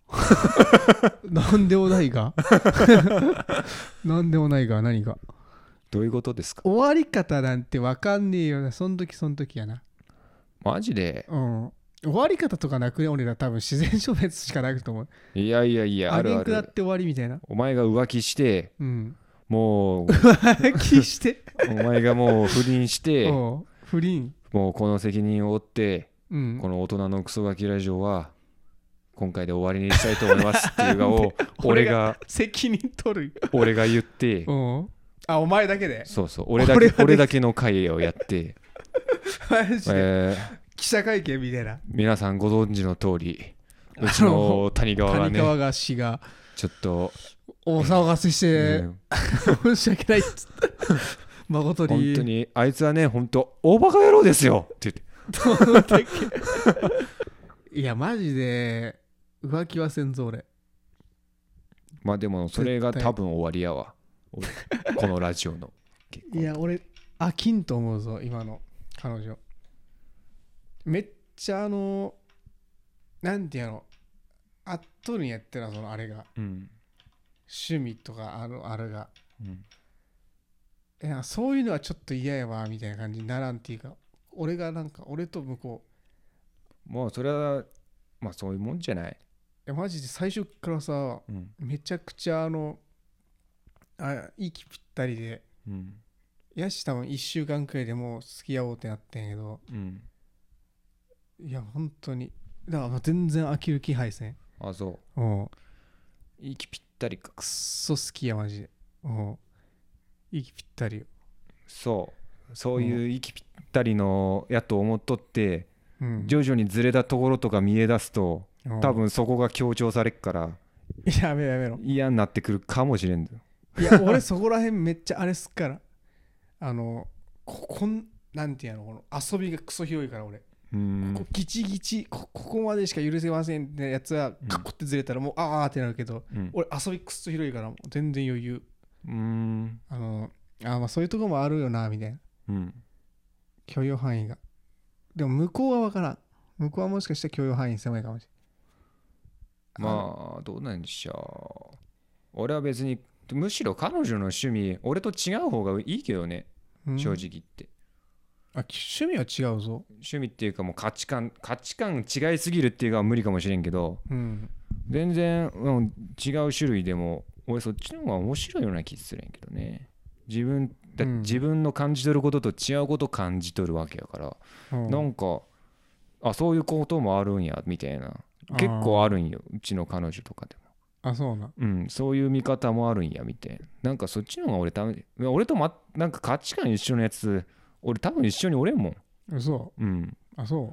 なんでもないがなんでもないが何がどういうことですか？ 終わり方なんて分かんねえよな。その時その時やな。 マジで？ うん。終わり方とかなくね、俺ら多分自然消滅しかなくと思う。 いやいやいや、あるある。 あげんくなって終わりみたいな。 お前が浮気して、 うん、 もう浮気してお前がもう不倫して不倫もうこの責任を負って、 うん、 この大人のクソガキラジオは今回で終わりにしたいと思いますっていうのを俺が責任取る俺が言って、 うん、あお前だけでそうそう俺だけ俺だけの会をやってマジで、えー、記者会見みたいな。 皆さんご存知の通りうちの谷川がね、 谷川が氏がちょっと大騒がせして、うん、申し訳ないっつって誠に本当にあいつはね本当大バカ野郎ですよって言っていやマジで浮気はせんぞ俺。 まあでもそれが多分終わりやわこのラジオの。 いや俺飽きんと思うぞ今の彼女。めっちゃあのなんてやろあっとるんやってなそのあれが、うん、趣味とかあのあれが、うん、いやそういうのはちょっと嫌やわみたいな感じにならんっていうか、俺がなんか俺と向こうもうそれはまあそういうもんじゃない。いやマジで最初からさ、うん、めちゃくちゃあのあ息ぴったりで、うん、やし多分いっしゅうかんくらいでもう付き合おうってなってんやけど、うん、いや本当にだから全然飽きる気配せん。 あそう。 うん。 息ぴったりか。 くっそ好きやマジで。うん。息ぴったりよ。 そうそういう息ぴったりのやと思っとって、うん、徐々にずれたところとか見え出すと、うん、多分そこが強調されっからやめろやめろ嫌になってくるかもしれんだよ。 いや俺そこら辺めっちゃあれすっからあのここんなんていうのこの遊びがクソ広いから俺。うんここギチギチ こ, ここまでしか許せませんってやつはカッコってずれたらもう、うん、あーってなるけど、うん、俺遊びくっそ広いからもう全然余裕。うーんあのあまあそういうとこもあるよなみたいな、うん、許容範囲が。でも向こうは分からん。向こうはもしかして許容範囲狭いかもしれない。まあどうなんでしょう。俺は別にむしろ彼女の趣味俺と違う方がいいけどね、うん、正直言って。 あ趣味は違うぞ。 趣味っていうかもう価値観価値観違いすぎるっていうのは無理かもしれんけど、うん、全然、うん、違う種類でも俺そっちの方が面白いような気するんやけどね。自分だ、うん、自分の感じ取ることと違うことを感じ取るわけやから、うん、なんかあそういうこともあるんやみたいな結構あるんようちの彼女とかでも。 あそうな、 うん、そういう見方もあるんやみたいな。なんかそっちの方が俺た俺と、ま、なんか価値観一緒のやつ俺多分一緒におれんもん。そう。 うん。 あ、そう。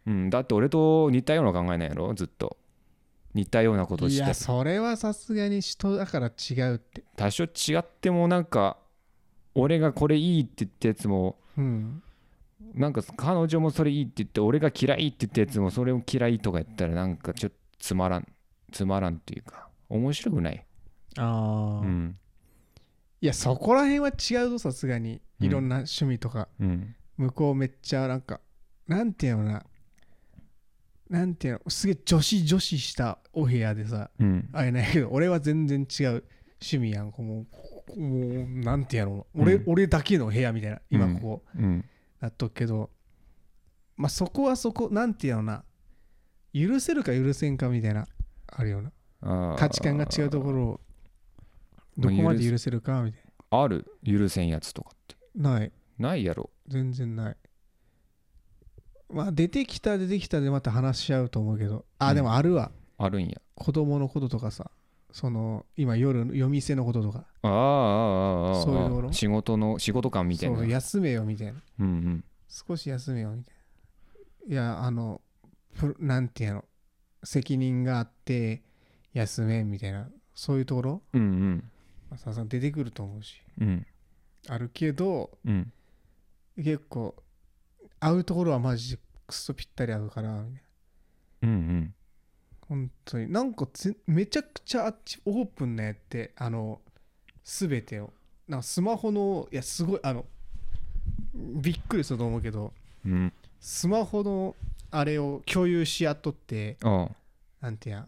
うん。だって俺と似たような考えなんやろずっと。似たようなことして。 いや、それはさすがに人だから違うって。 多少違ってもなんか、俺がこれいいって言ったやつも、うん、なんか彼女もそれいいって言って、俺が嫌いって言ったやつもそれを嫌いとか言ったらなんかちょっとつまらん。つまらんっていうか、面白くない。 ああ。うん。いやそこら辺は違うぞさすがに。いろんな趣味とか、うん、向こうめっちゃなんかなんていうのななんていうのすげえ女子女子したお部屋でさ、うん、あれないけど俺は全然違う趣味やん。もうもうなんていうの、うん、俺俺だけの部屋みたいな今ここ、うん、なっとくけど、まあそこはそこなんていうのな許せるか許せんかみたいなあるよな。価値観が違うところをどこまで許せるかみたいな。ある許せんやつとかってないないやろ。 全然ない。まあ出てきた出てきたでまた話し合うと思うけど、あ、うん、でもあるわ。 あるんや。 子供のこととかさ、その今夜夜店のこととか、 ああああああそういうところ仕事の仕事感みたいな。 そう休めよみたいな、うんうん、少し休めよみたいな。いやあのなんていうの責任があって休めみたいなそういうところ、うんうんまあ、さすがに出てくると思うし、うん、あるけど、うん、結構会うところはマジでクソぴったり合うから、うんうん、本当になんかめちゃくちゃあっちオープンなやってあの全てをなんかスマホのいやすごいあのびっくりすると思うけど、うん、スマホのあれを共有し合っとってなんてや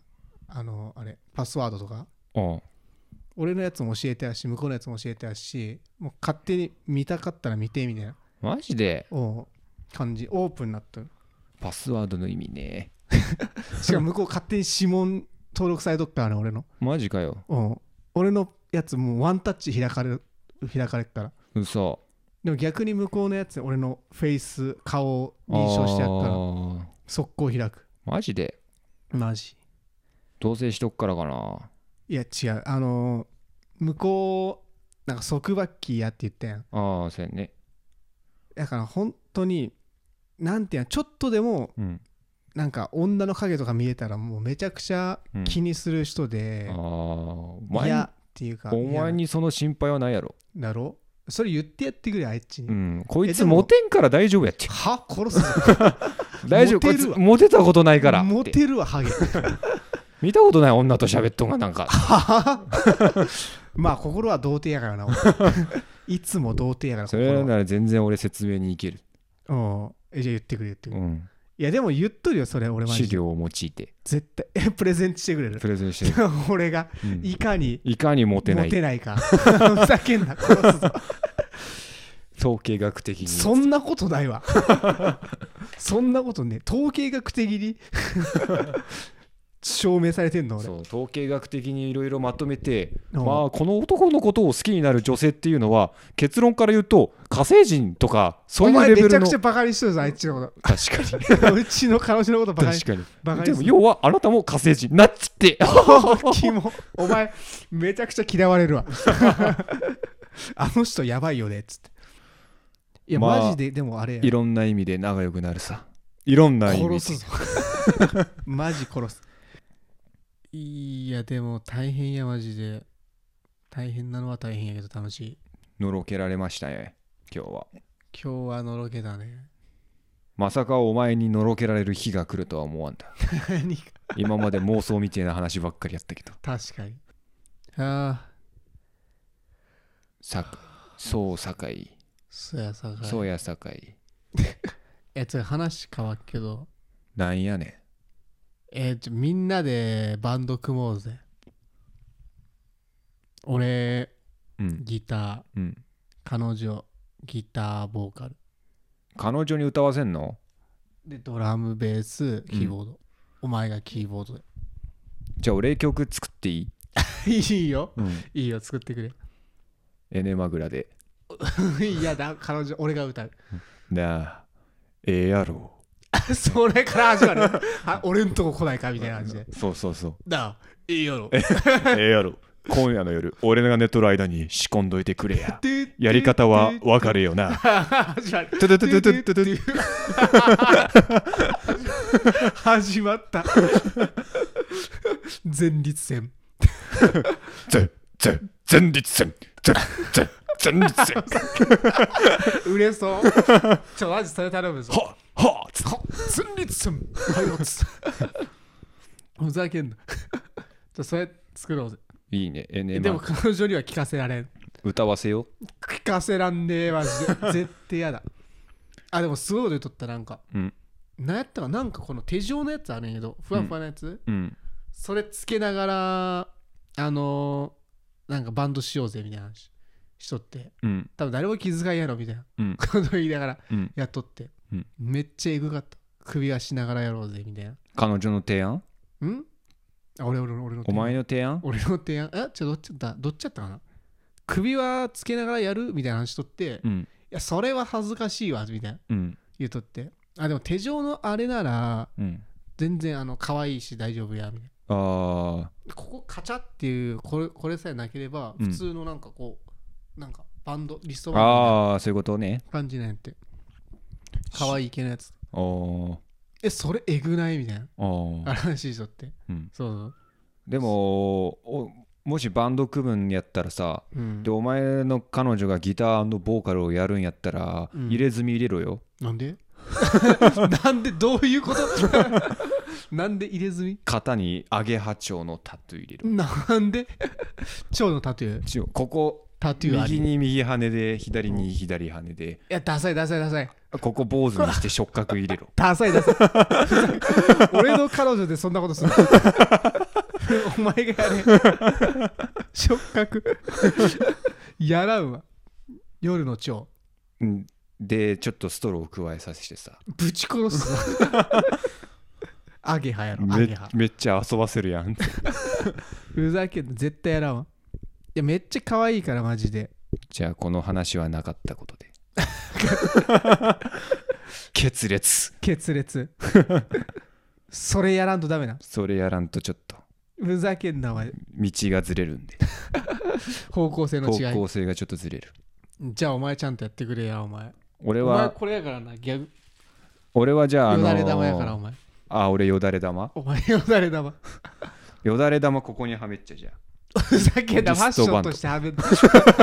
あのあれパスワードとかあ俺のやつも教えてやし向こうのやつも教えてやしもう勝手に見たかったら見てみたいなマジでお感じオープンになったパスワードの意味ねしかも向こう勝手に指紋登録されとったからね俺のマジかよお俺のやつもうワンタッチ開かれる開かれてたら嘘でも逆に向こうのやつ俺のフェイス顔を認証してやったら速攻開くマジでマジ同棲しとくからかないや違うあのー、向こうなんか束縛キーやって言ったやんああそうやねだから本当になんていうのちょっとでも、うん、なんか女の影とか見えたらもうめちゃくちゃ気にする人で、うん、ああいやっていうかお前にその心配はないやろだろそれ言ってやってくれあいつに、 うん、こいつモテんから大丈夫やっては殺すぞ大丈夫こいつモテたことないからモテるわハゲ見たことない女と喋っとんがなんかまあ心は童貞やからないつも童貞やからそれなら全然俺説明にいけるうんえじゃあ言ってくれ言ってくれ、うん、いやでも言っとるよそれ俺マジで資料を用いて絶対えプレゼンしてくれるプレゼンしてくれる俺がいかに、 うん、いかにモテないモテないかふざけんな殺すぞ統計学的にそんなことないわそんなことね統計学的に証明されてんの俺そう統計学的にいろいろまとめて、まあこの男のことを好きになる女性っていうのは結論から言うと火星人とかそういうレベルのお前めちゃくちゃバカにしてるぞあいつのこと確かにうちの彼女のことバカに確かにバカにでも要はあなたも火星人なっつってキモお前めちゃくちゃ嫌われるわあの人やばいよねっつっていや、まあ、マジででもあれやいろんな意味で仲良くなるさいろんな意味で殺すぞマジ殺すいやでも大変やマジで大変なのは大変やけど楽しいのろけられましたね今日は今日はのろけだねまさかお前にのろけられる日が来るとは思わんだ今まで妄想みたいな話ばっかりやったけど確かにああさそうさかいそうやさかいそうやさかいえつ話変わっけどなんやねんえー、ちょみんなでバンド組もうぜ俺、うん、ギター、うん、彼女ギターボーカル彼女に歌わせんのでドラムベースキーボード、うん、お前がキーボードでじゃあ俺曲作っていいいいよ、うん、いいよ作ってくれエネマグラでいやだ彼女俺が歌うなあええやろそれから始まるあ俺んとこ来ないかみたいな感じでそうそうそうだいいやろええやろ今夜の夜俺が寝とる間に仕込んどいてくれややり方は分かるよな始まるトゥトゥトゥトゥトゥ始まった前立腺前前前立腺前前前立腺売れそうちょマジそれ頼むぞははぁ前立腺はいつふざけんなじゃそれ作ろうぜいいねえねでも彼女には聞かせられん歌わせよ聞かせらんねえマジで絶対やだあでもすごいこと言っとったなんか、うん、なんやったかなんかこの手錠のやつあるんやけどふわふわのやつ、うん、それつけながらあのー、なんかバンドしようぜみたいな話しとって、うん、多分誰も気遣いやろみたいな、うん、こと言いながらやっとって、うん、めっちゃエグかった首輪しながらやろうぜみたいな彼女の提案んあ俺俺俺のお前の提案俺の提案えちょどっちだどっちやったかな首輪つけながらやるみたいな話しとって、うん、いやそれは恥ずかしいわみたいな、うん、言うとってあでも手錠のあれなら、うん、全然あの可愛いし大丈夫やみたいなあここカチャっていうこれこれさえなければ普通のなんかこう、うん、なんかバンドリストバンドああそういうことね感じなんやって可愛い系のやつおえそれえぐないみたいな話しとって、うん、そうでももしバンド組むんやったらさ、うん、でお前の彼女がギター&ボーカルをやるんやったら、うん、入れ墨入れろよなんでなんでどういうことなんで入れ墨肩にアゲハチョウのタトゥー入れるなんで蝶のタトゥーここタトゥー右に右羽で左に左羽で、うん、いやダサいダサいダサいここ坊主にして触覚入れろダサいダサい俺の彼女でそんなことするふお前がやれ触覚やらんわ。夜の蝶でちょっとストローを加えさせてさぶち殺すアゲハやろ。アめゲハめっちゃ遊ばせるやんふざけんな、絶対やらんわ。いやめっちゃ可愛いからマジで。 じゃあこの話はなかったことで決裂決裂それやらんとダメな。 それやらんとちょっとふざけんなお前。 道がずれるんで方向性の違い。 方向性がちょっとずれる。 じゃあお前ちゃんとやってくれやお前。 俺はお前これやからな、ギャグ。 俺はじゃああのー、 よだれ玉やからお前。 あ俺よだれ玉。 お前よだれ玉よだれ玉ここにはめっちゃじゃあふざけんな。ファッションとしてはめるファ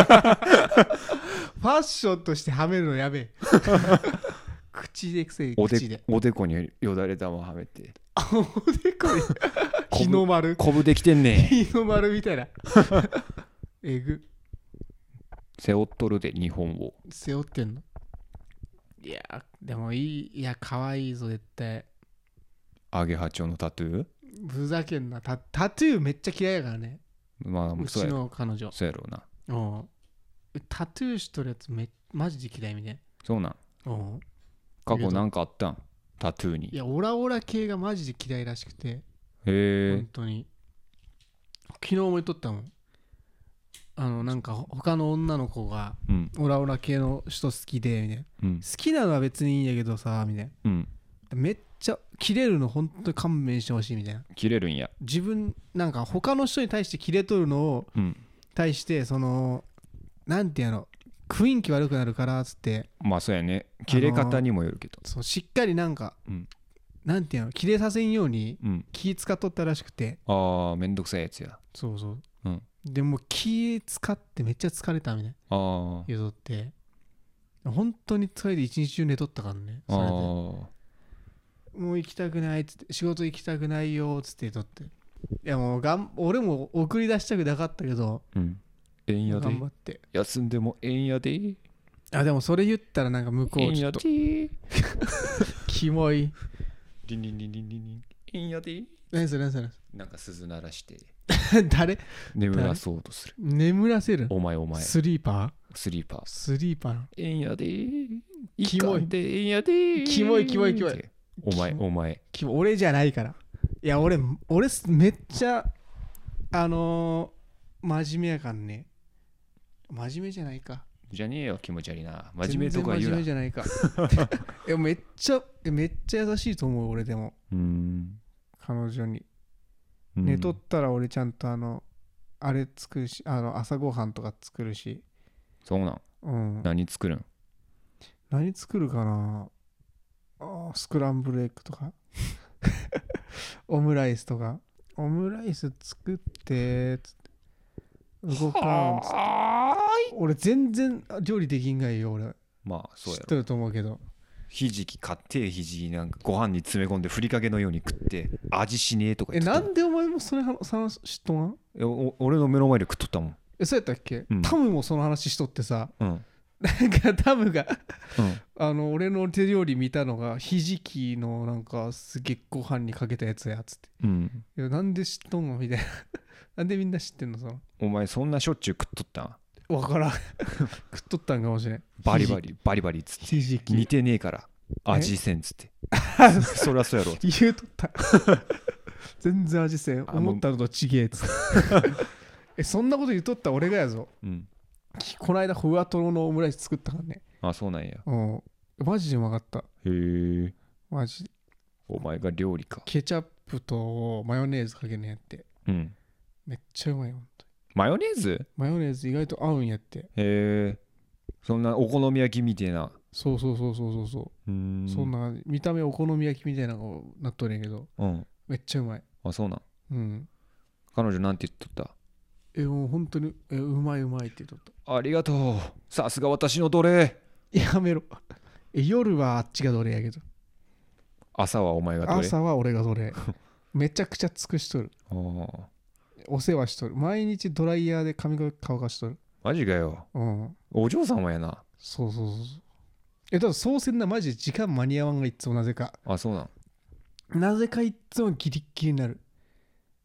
ッションとしてはめるのやべえ口でくせえ。 おで口でおでこによだれ玉はめておでこに日の丸こぶできてんね日の丸みたいなえぐ背負っとるで日本を背負ってんの。いやでもいい。いや可愛いぞ絶対。 アゲハチョウのタトゥーふざけんな。 タ, タトゥーめっちゃ嫌いやからね。 まあうちの彼女。 そうやろうな。 うんタトゥーしとるやつめマジで嫌いみたいな。 そうなん。 うん過去なんかあったんタトゥーに。 いやオラオラ系がマジで嫌いらしくて。 へえ。 本当に昨日も言っとったもん。あのなんか他の女の子がオラオラ系の人好きでみたいな、うん、好きなのは別にいいんやけどさみたいな、うん、めっちゃキレるの本当に勘弁してほしいみたいな。 キレるんや。 自分なんか他の人に対してキレとるのを、うん、対してそのなんていうの雰囲気悪くなるからっつって。 まあそうやね。キレ方にもよるけど、 そうしっかりなんか、うん、なんていうのキレさせんように気使っとったらしくて、 うん、ああめんどくさいやつや。 そうそう、うん、でも気使ってめっちゃ疲れたみたいな言うとって、本当に疲れて一日中寝とったからね。それでもう行きたくないっつって、仕事行きたくないよっつって言っとって、いやもうがん俺も送り出したくなかったけど、うん、 えんやで頑張って休んでもえんやで。 あでもそれ言ったらなんか向こうちょっとキモいリンリンリンリンリンリンえんやで。 何それ何それ。 なんか鈴鳴らして誰眠らそうとする。 眠らせる。 お前お前スリーパースリーパースリーパーえんやでキモいでえんやでキモいキモいキモい。 お前お前キモ俺じゃないから。いや俺俺めっちゃあのー、真面目やからね。真面目じゃないかじゃねえよ気持ち悪いな。真面目とか言うな。 真面目じゃないかいやめっちゃめっちゃ優しいと思う俺。でもうーん彼女に寝とったら俺ちゃんとあのあれ作るし、あの朝ごはんとか作るし。 そうなん、うん、何作るん。 何作るかなあ。スクランブルエッグとかオムライスとか。オムライス作ってつって動かんつって。俺全然料理できんがいよ俺。 まあそうやろ。 知ってると思うけどひじき買ってひじきなんかご飯に詰め込んでふりかけのように食って味しねえとか言ってた。 えなんでお前もそれ話しとん。 俺の目の前で食っとったもん。 えそうやったっけ、うん、タムもその話しとってさ、うん、なんかタムが、うん、あの俺の手料理見たのがひじきのなんかすげえご飯にかけたやつやっつって、うん、いやなんで知っとんのみたいななんでみんな知ってんのその。 お前そんなしょっちゅう食っとったん。 わからん食っとったんかもしれん。 バリバリバリバリっつってひじき似てねえから味せんっつってそりゃそうやろ言うとった全然味せん思ったのとちげえっつってえそんなこと言うとった俺がやぞ、うん、この間ふわとろのオムライス作ったからね。 あそうなんや。 うんマジでうまかった。へえマジで。 お前が料理か。 ケチャップとマヨネーズかけるのやって、うん、めっちゃうまいよ。 マヨネーズマヨネーズ意外と合うんやって。へえそんなお好み焼きみたいな。 そうそうそうそうそうそう。うんそんな見た目お好み焼きみたいなのなっとるんやけど、うん、めっちゃうまい。 あそうなん。 うん彼女なんて言っとった。 えもう本当にえうまいうまいって言っとった。 ありがとうさすが私の奴隷。 やめろえ夜はあっちが奴隷やけど朝はお前が奴隷。 朝は俺が奴隷めちゃくちゃ尽くしとる。あお世話しとる。毎日ドライヤーで髪が乾かしとる。 マジかよ、うん、お嬢様やな。 そうそうそう。えだからそうせんなマジで時間間に合わんがいつもなぜか。 あそうなん。 なぜかいつもギリッギリになる。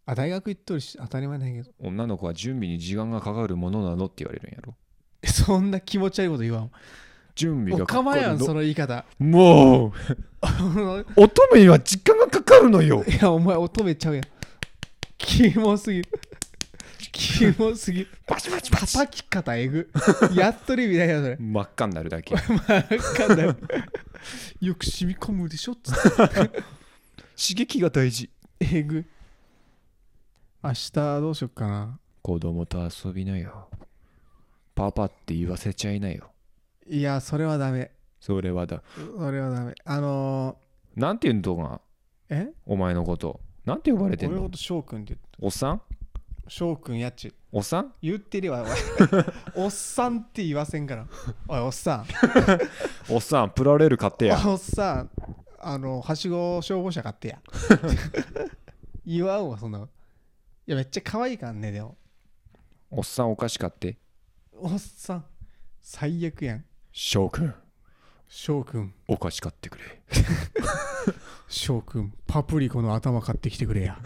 あ、大学行っとるし当たり前ないけど。 女の子は準備に時間がかかるものなのって言われるんやろ。 そんな気持ち悪いこと言わん。 準備がかかるの。 おかまやんその言い方。 もう乙女には時間がかかるのよ。 いやお前乙女ちゃうやん。キモすぎる。キモすぎる。 バチバチバチ。 叩き方えぐ。やっとる意味ないやそれ。 真っ赤になるだけ。 真っ赤になる。よく染み込むでしょっつって。 刺激が大事。 えぐ。明日どうしよっかな。 子供と遊びなよ。パパって言わせちゃいなよ。 いやそれはダメ。 それはだ。 それはダメ。あのー、なんて言うんとが。 え？ お前のこと。なんて呼ばれてんの？ 俺のこと翔くんって言って。 おっさん？ 翔くんやっち。 おっさん？ 言ってるわおっさんって言わせんから。おいおっさん。 おっさんプラレール買ってや。 おっさんあのはしご消防車買ってや。言わんわそんな。いやめっちゃ可愛いからねでも。 おっさんお菓子買って。 おっさん最悪やん。 翔くん。 翔くんお菓子買ってくれ。 翔くんパプリコの頭買ってきてくれや。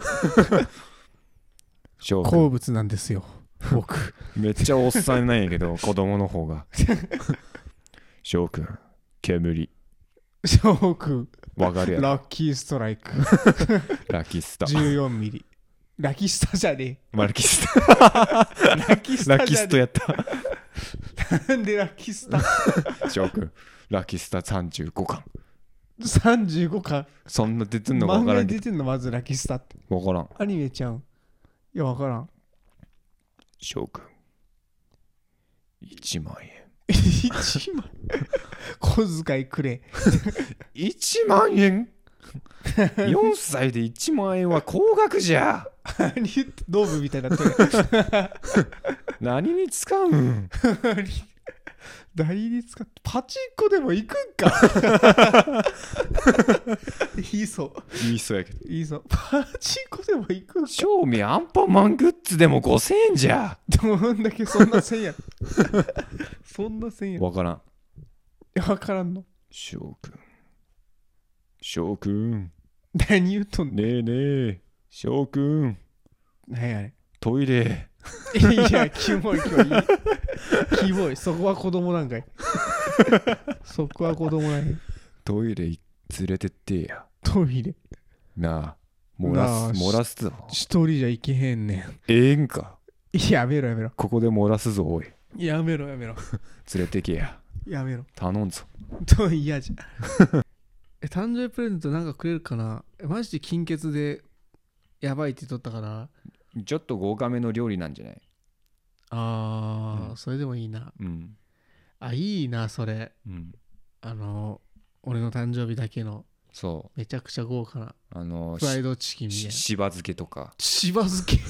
翔くん好物なんですよ僕。 めっちゃおっさんなんやけど子供の方が。翔くん煙。 翔くんわかるやろ。 ラッキーストライク。 ラキスタ。 じゅうよんミリ。ラキスタじゃねえ。ラキスタ。 ラキスタじゃねえ。 ラキストやった。 なんでラキスタ。 翔くんラキスタさんじゅうごかん。 さんじゅうごかん。 そんな出てんのか分漫からんけど。 画に出てんのまずラキスタって。 分からん。 アニメちゃうん。いや分からん。 翔くんいちまんえん。 いちまん小遣いくれ。 いちまんえん。よんさいでいちまんえんは高額じゃ。 何言ってドームみたいになってる。 何に使うん何に使ってパチンコでも行くんか。いいそういいそうやけど。 いいそうパチンコでも行くんか。 賞味アンパンマングッズでもごせんえんじゃ。 どんだけそんなせんやん。そんなせんやん。 分からん。 いや分からんの。 翔くん翔くん何言うとんねん。 ねえねえ翔くん何やねトイレ。 いやキモいキモいキモい。そこは子供なんかい。そこは子供なんや。 トイレ連れてってや。 トイレなあ漏らす漏らすぞ。 一人じゃ行けへんねん。 ええんか。 やめろやめろ。 ここで漏らすぞおい。 やめろやめろ。 連れてけや。 やめろ。 頼んぞ。 と嫌じゃん。え誕生日プレゼントなんかくれるかな。えマジで金欠でやばいって言っとったから。 ちょっと豪華めの料理なんじゃない？ あー、 うん、 それでもいいな。 うん。 あいいなそれ。 うん。 あの俺の誕生日だけの。 そう。 めちゃくちゃ豪華な。 あのフライドチキンみたいな。 しば漬けとか。 しば漬け。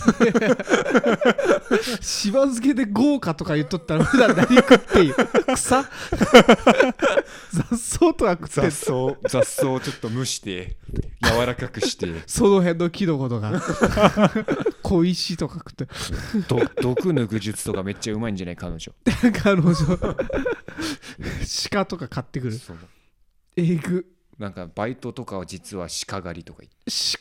しば漬けで豪華とか言っとったら普段何食っていい？草？雑草とか食ってんの？ 雑草雑草をちょっと蒸して柔らかくしてその辺のキノコとか小石とか食って毒抜く術とかめっちゃうまいんじゃない彼女。 彼女鹿とか買ってくる。 そうえぐ。 なんかバイトとかは実は鹿狩りとか言って。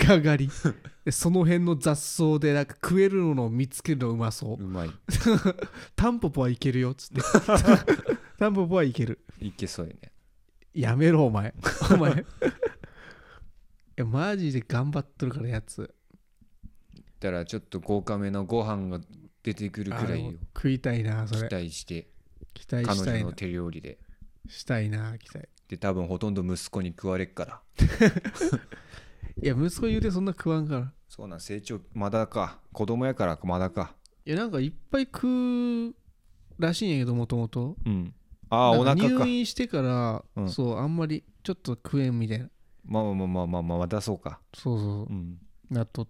鹿狩り。その辺の雑草でなんか食えるのを見つけるのうまそう。 うまい。 タンポポはいけるよっつって。タンポポはいける。 いけそうよね。 やめろお前。お前。いやマジで頑張っとるからやつ。 だからちょっと豪華めのご飯が出てくるくらいを食いたいなそれ。 期待して期待したいな。 彼女の手料理でしたいな期待。 で多分ほとんど息子に食われっから。 いや息子言うてそんな食わんから。 そうなん成長まだか子供やからまだか。 いやなんかいっぱい食うらしいんやけどもともと。 うんああお腹か。 入院してから、 うん、 そうあんまりちょっと食えんみたいな。 まあまあまあまあまあまあまだそうか。 そうそう、 うん、 なっとって。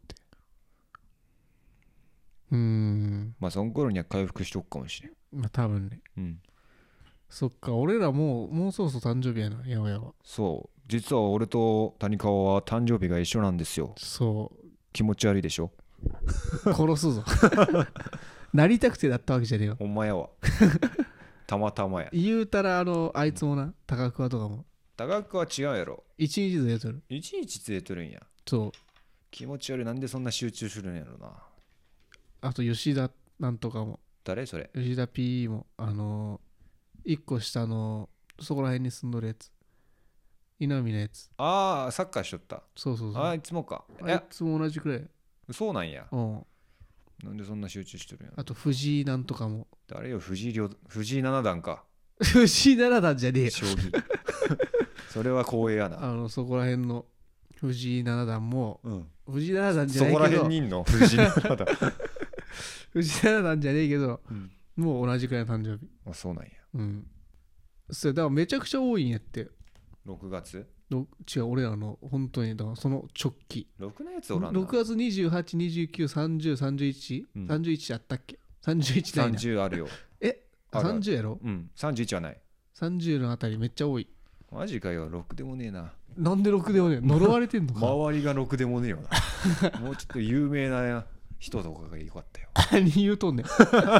うーんまあその頃には回復しとくかもしれん。 まあ多分ね。 うんそっか俺らもうもうそろそろ誕生日やなやわやわ。 そう実は俺と谷川は誕生日が一緒なんですよ。 そう気持ち悪いでしょ。 殺すぞ。なりたくてだったわけじゃねえよ。 ほんまやわ。たまたまや。 言うたらあのあいつもな高桑とかも高桑は違うやろ。 一日ずれとる。 一日ずれとるんや。 そう気持ち悪い。なんでそんな集中するんやろな。 あと吉田なんとかも。 誰それ。 吉田 P もあのー、一個下のそこら辺に住んどるやつ、稲見のやつ。 ああ、サッカーしとった。 そうそうそう。 あいつもか。 あいつも同じくらい。 そうなんや。 うん。 なんでそんな集中してるんや。 あと藤井なんとかも。 誰よ、藤井亮、藤井七段か。 藤井七段じゃねえよ。 将棋。それは光栄やな。 あのそこら辺の藤井七段も、 うん、 藤井七段じゃないけど。 そこら辺にいんの藤井七段。 藤井七段じゃねえけど、 うん、 もう同じくらいの誕生日。 あ、そうなんや。 うん。それだからめちゃくちゃ多いんやって。 ろくがつの違う、俺らの本当にだからその直帰。 ろくのやつおらんな。 ろくがつにじゅうはち、にじゅうく、さんじゅう、さんじゅういち、うん、さんじゅういちあったっけ ?さんじゅういち ないな。 さんじゅうあるよ。 えあさんじゅうやろ。 うん、さんじゅういちはない。 さんじゅうのあたりめっちゃ多い。 マジかよ、ろくでもねえな。 なんでろくでもねえ呪われてんのか。 周りがろくでもねえよな。もうちょっと有名な人とかがよかったよ。 何言うとんねん。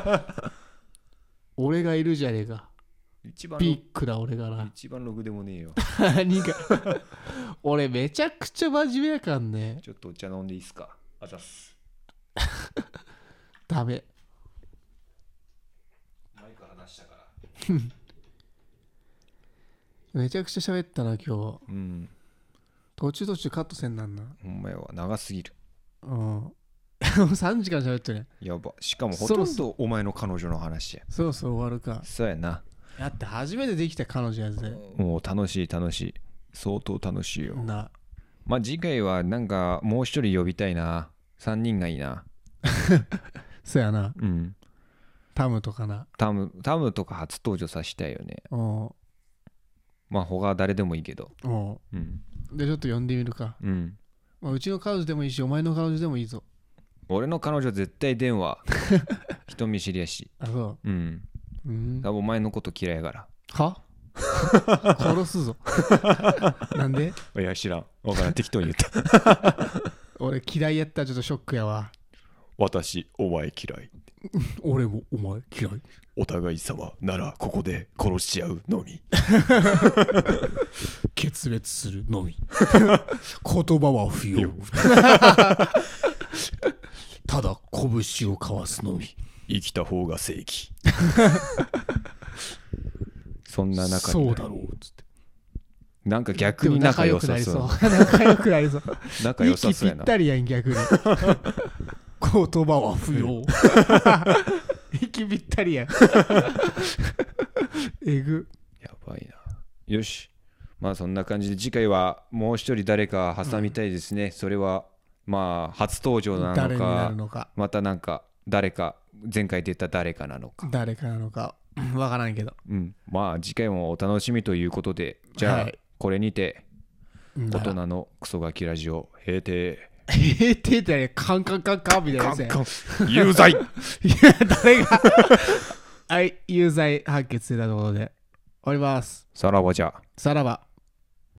俺がいるじゃねえか。 一番ビッグだ俺がな。 一番ろくでもねえよ。 何が俺めちゃくちゃ真面目やかんね。 ちょっとお茶飲んでいいっすか。あざっす。 ダメ。 マイク離したから。 めちゃくちゃ喋ったな今日。 うん。 途中途中カットせんなんな。 ほんまやわ、長すぎる。 うん。もうさんじかん喋ってるね。 やば。しかもほとんどお前の彼女の話や。 そろそろ終わるか。 そうやな。 だって初めてできた彼女やぜ。 もう楽しい楽しい。相当楽しいよ。 な。 まあ次回はなんかもう一人呼びたいな。さんにんがいいな。 そうやな。 うん。 タムとかな。 タム、タムとか初登場させたいよね。 うん。 まあ他は誰でもいいけど。 うん。うん。でちょっと呼んでみるか。 うん。 まあ、うちの彼女でもいいし、お前の彼女でもいいぞ。 俺の彼女絶対電話。人見知りやし。 あ、そう。 うん。 うん。 多分お前のこと嫌いやから。 は殺すぞ。なんで？ いや知らん。わからん。適当に言った。 俺嫌いやったらちょっとショックやわ。 私、お前嫌い。 俺もお前嫌い。 お互い様ならここで殺し合うのみ。 決別するのみ。言葉は不要。ただ拳を交わすのみ。 生きた方が正義。そんな中にそうだろうつって。 なんか逆に仲良さそう。 仲良くなりそう。 仲良さそうやな。 息ぴったりやん逆に。言葉は不要。息ぴったりやん。えぐ。 やばいな。よし。まあそんな感じで次回はもう一人誰か挟みたいですね。うん、それはまあ初登場なのか、 誰になるのか、 またなんか誰か前回出た誰かなのか。 誰かなのかわからんけど。 うん。まあ次回もお楽しみということで、じゃあこれにて大人のクソガキラジオ閉廷。 閉廷ってカンカンカンカンみたいなやつや。 有罪。いや誰がはい有罪判決出たところで終わります。 さらばじゃ。 さらば。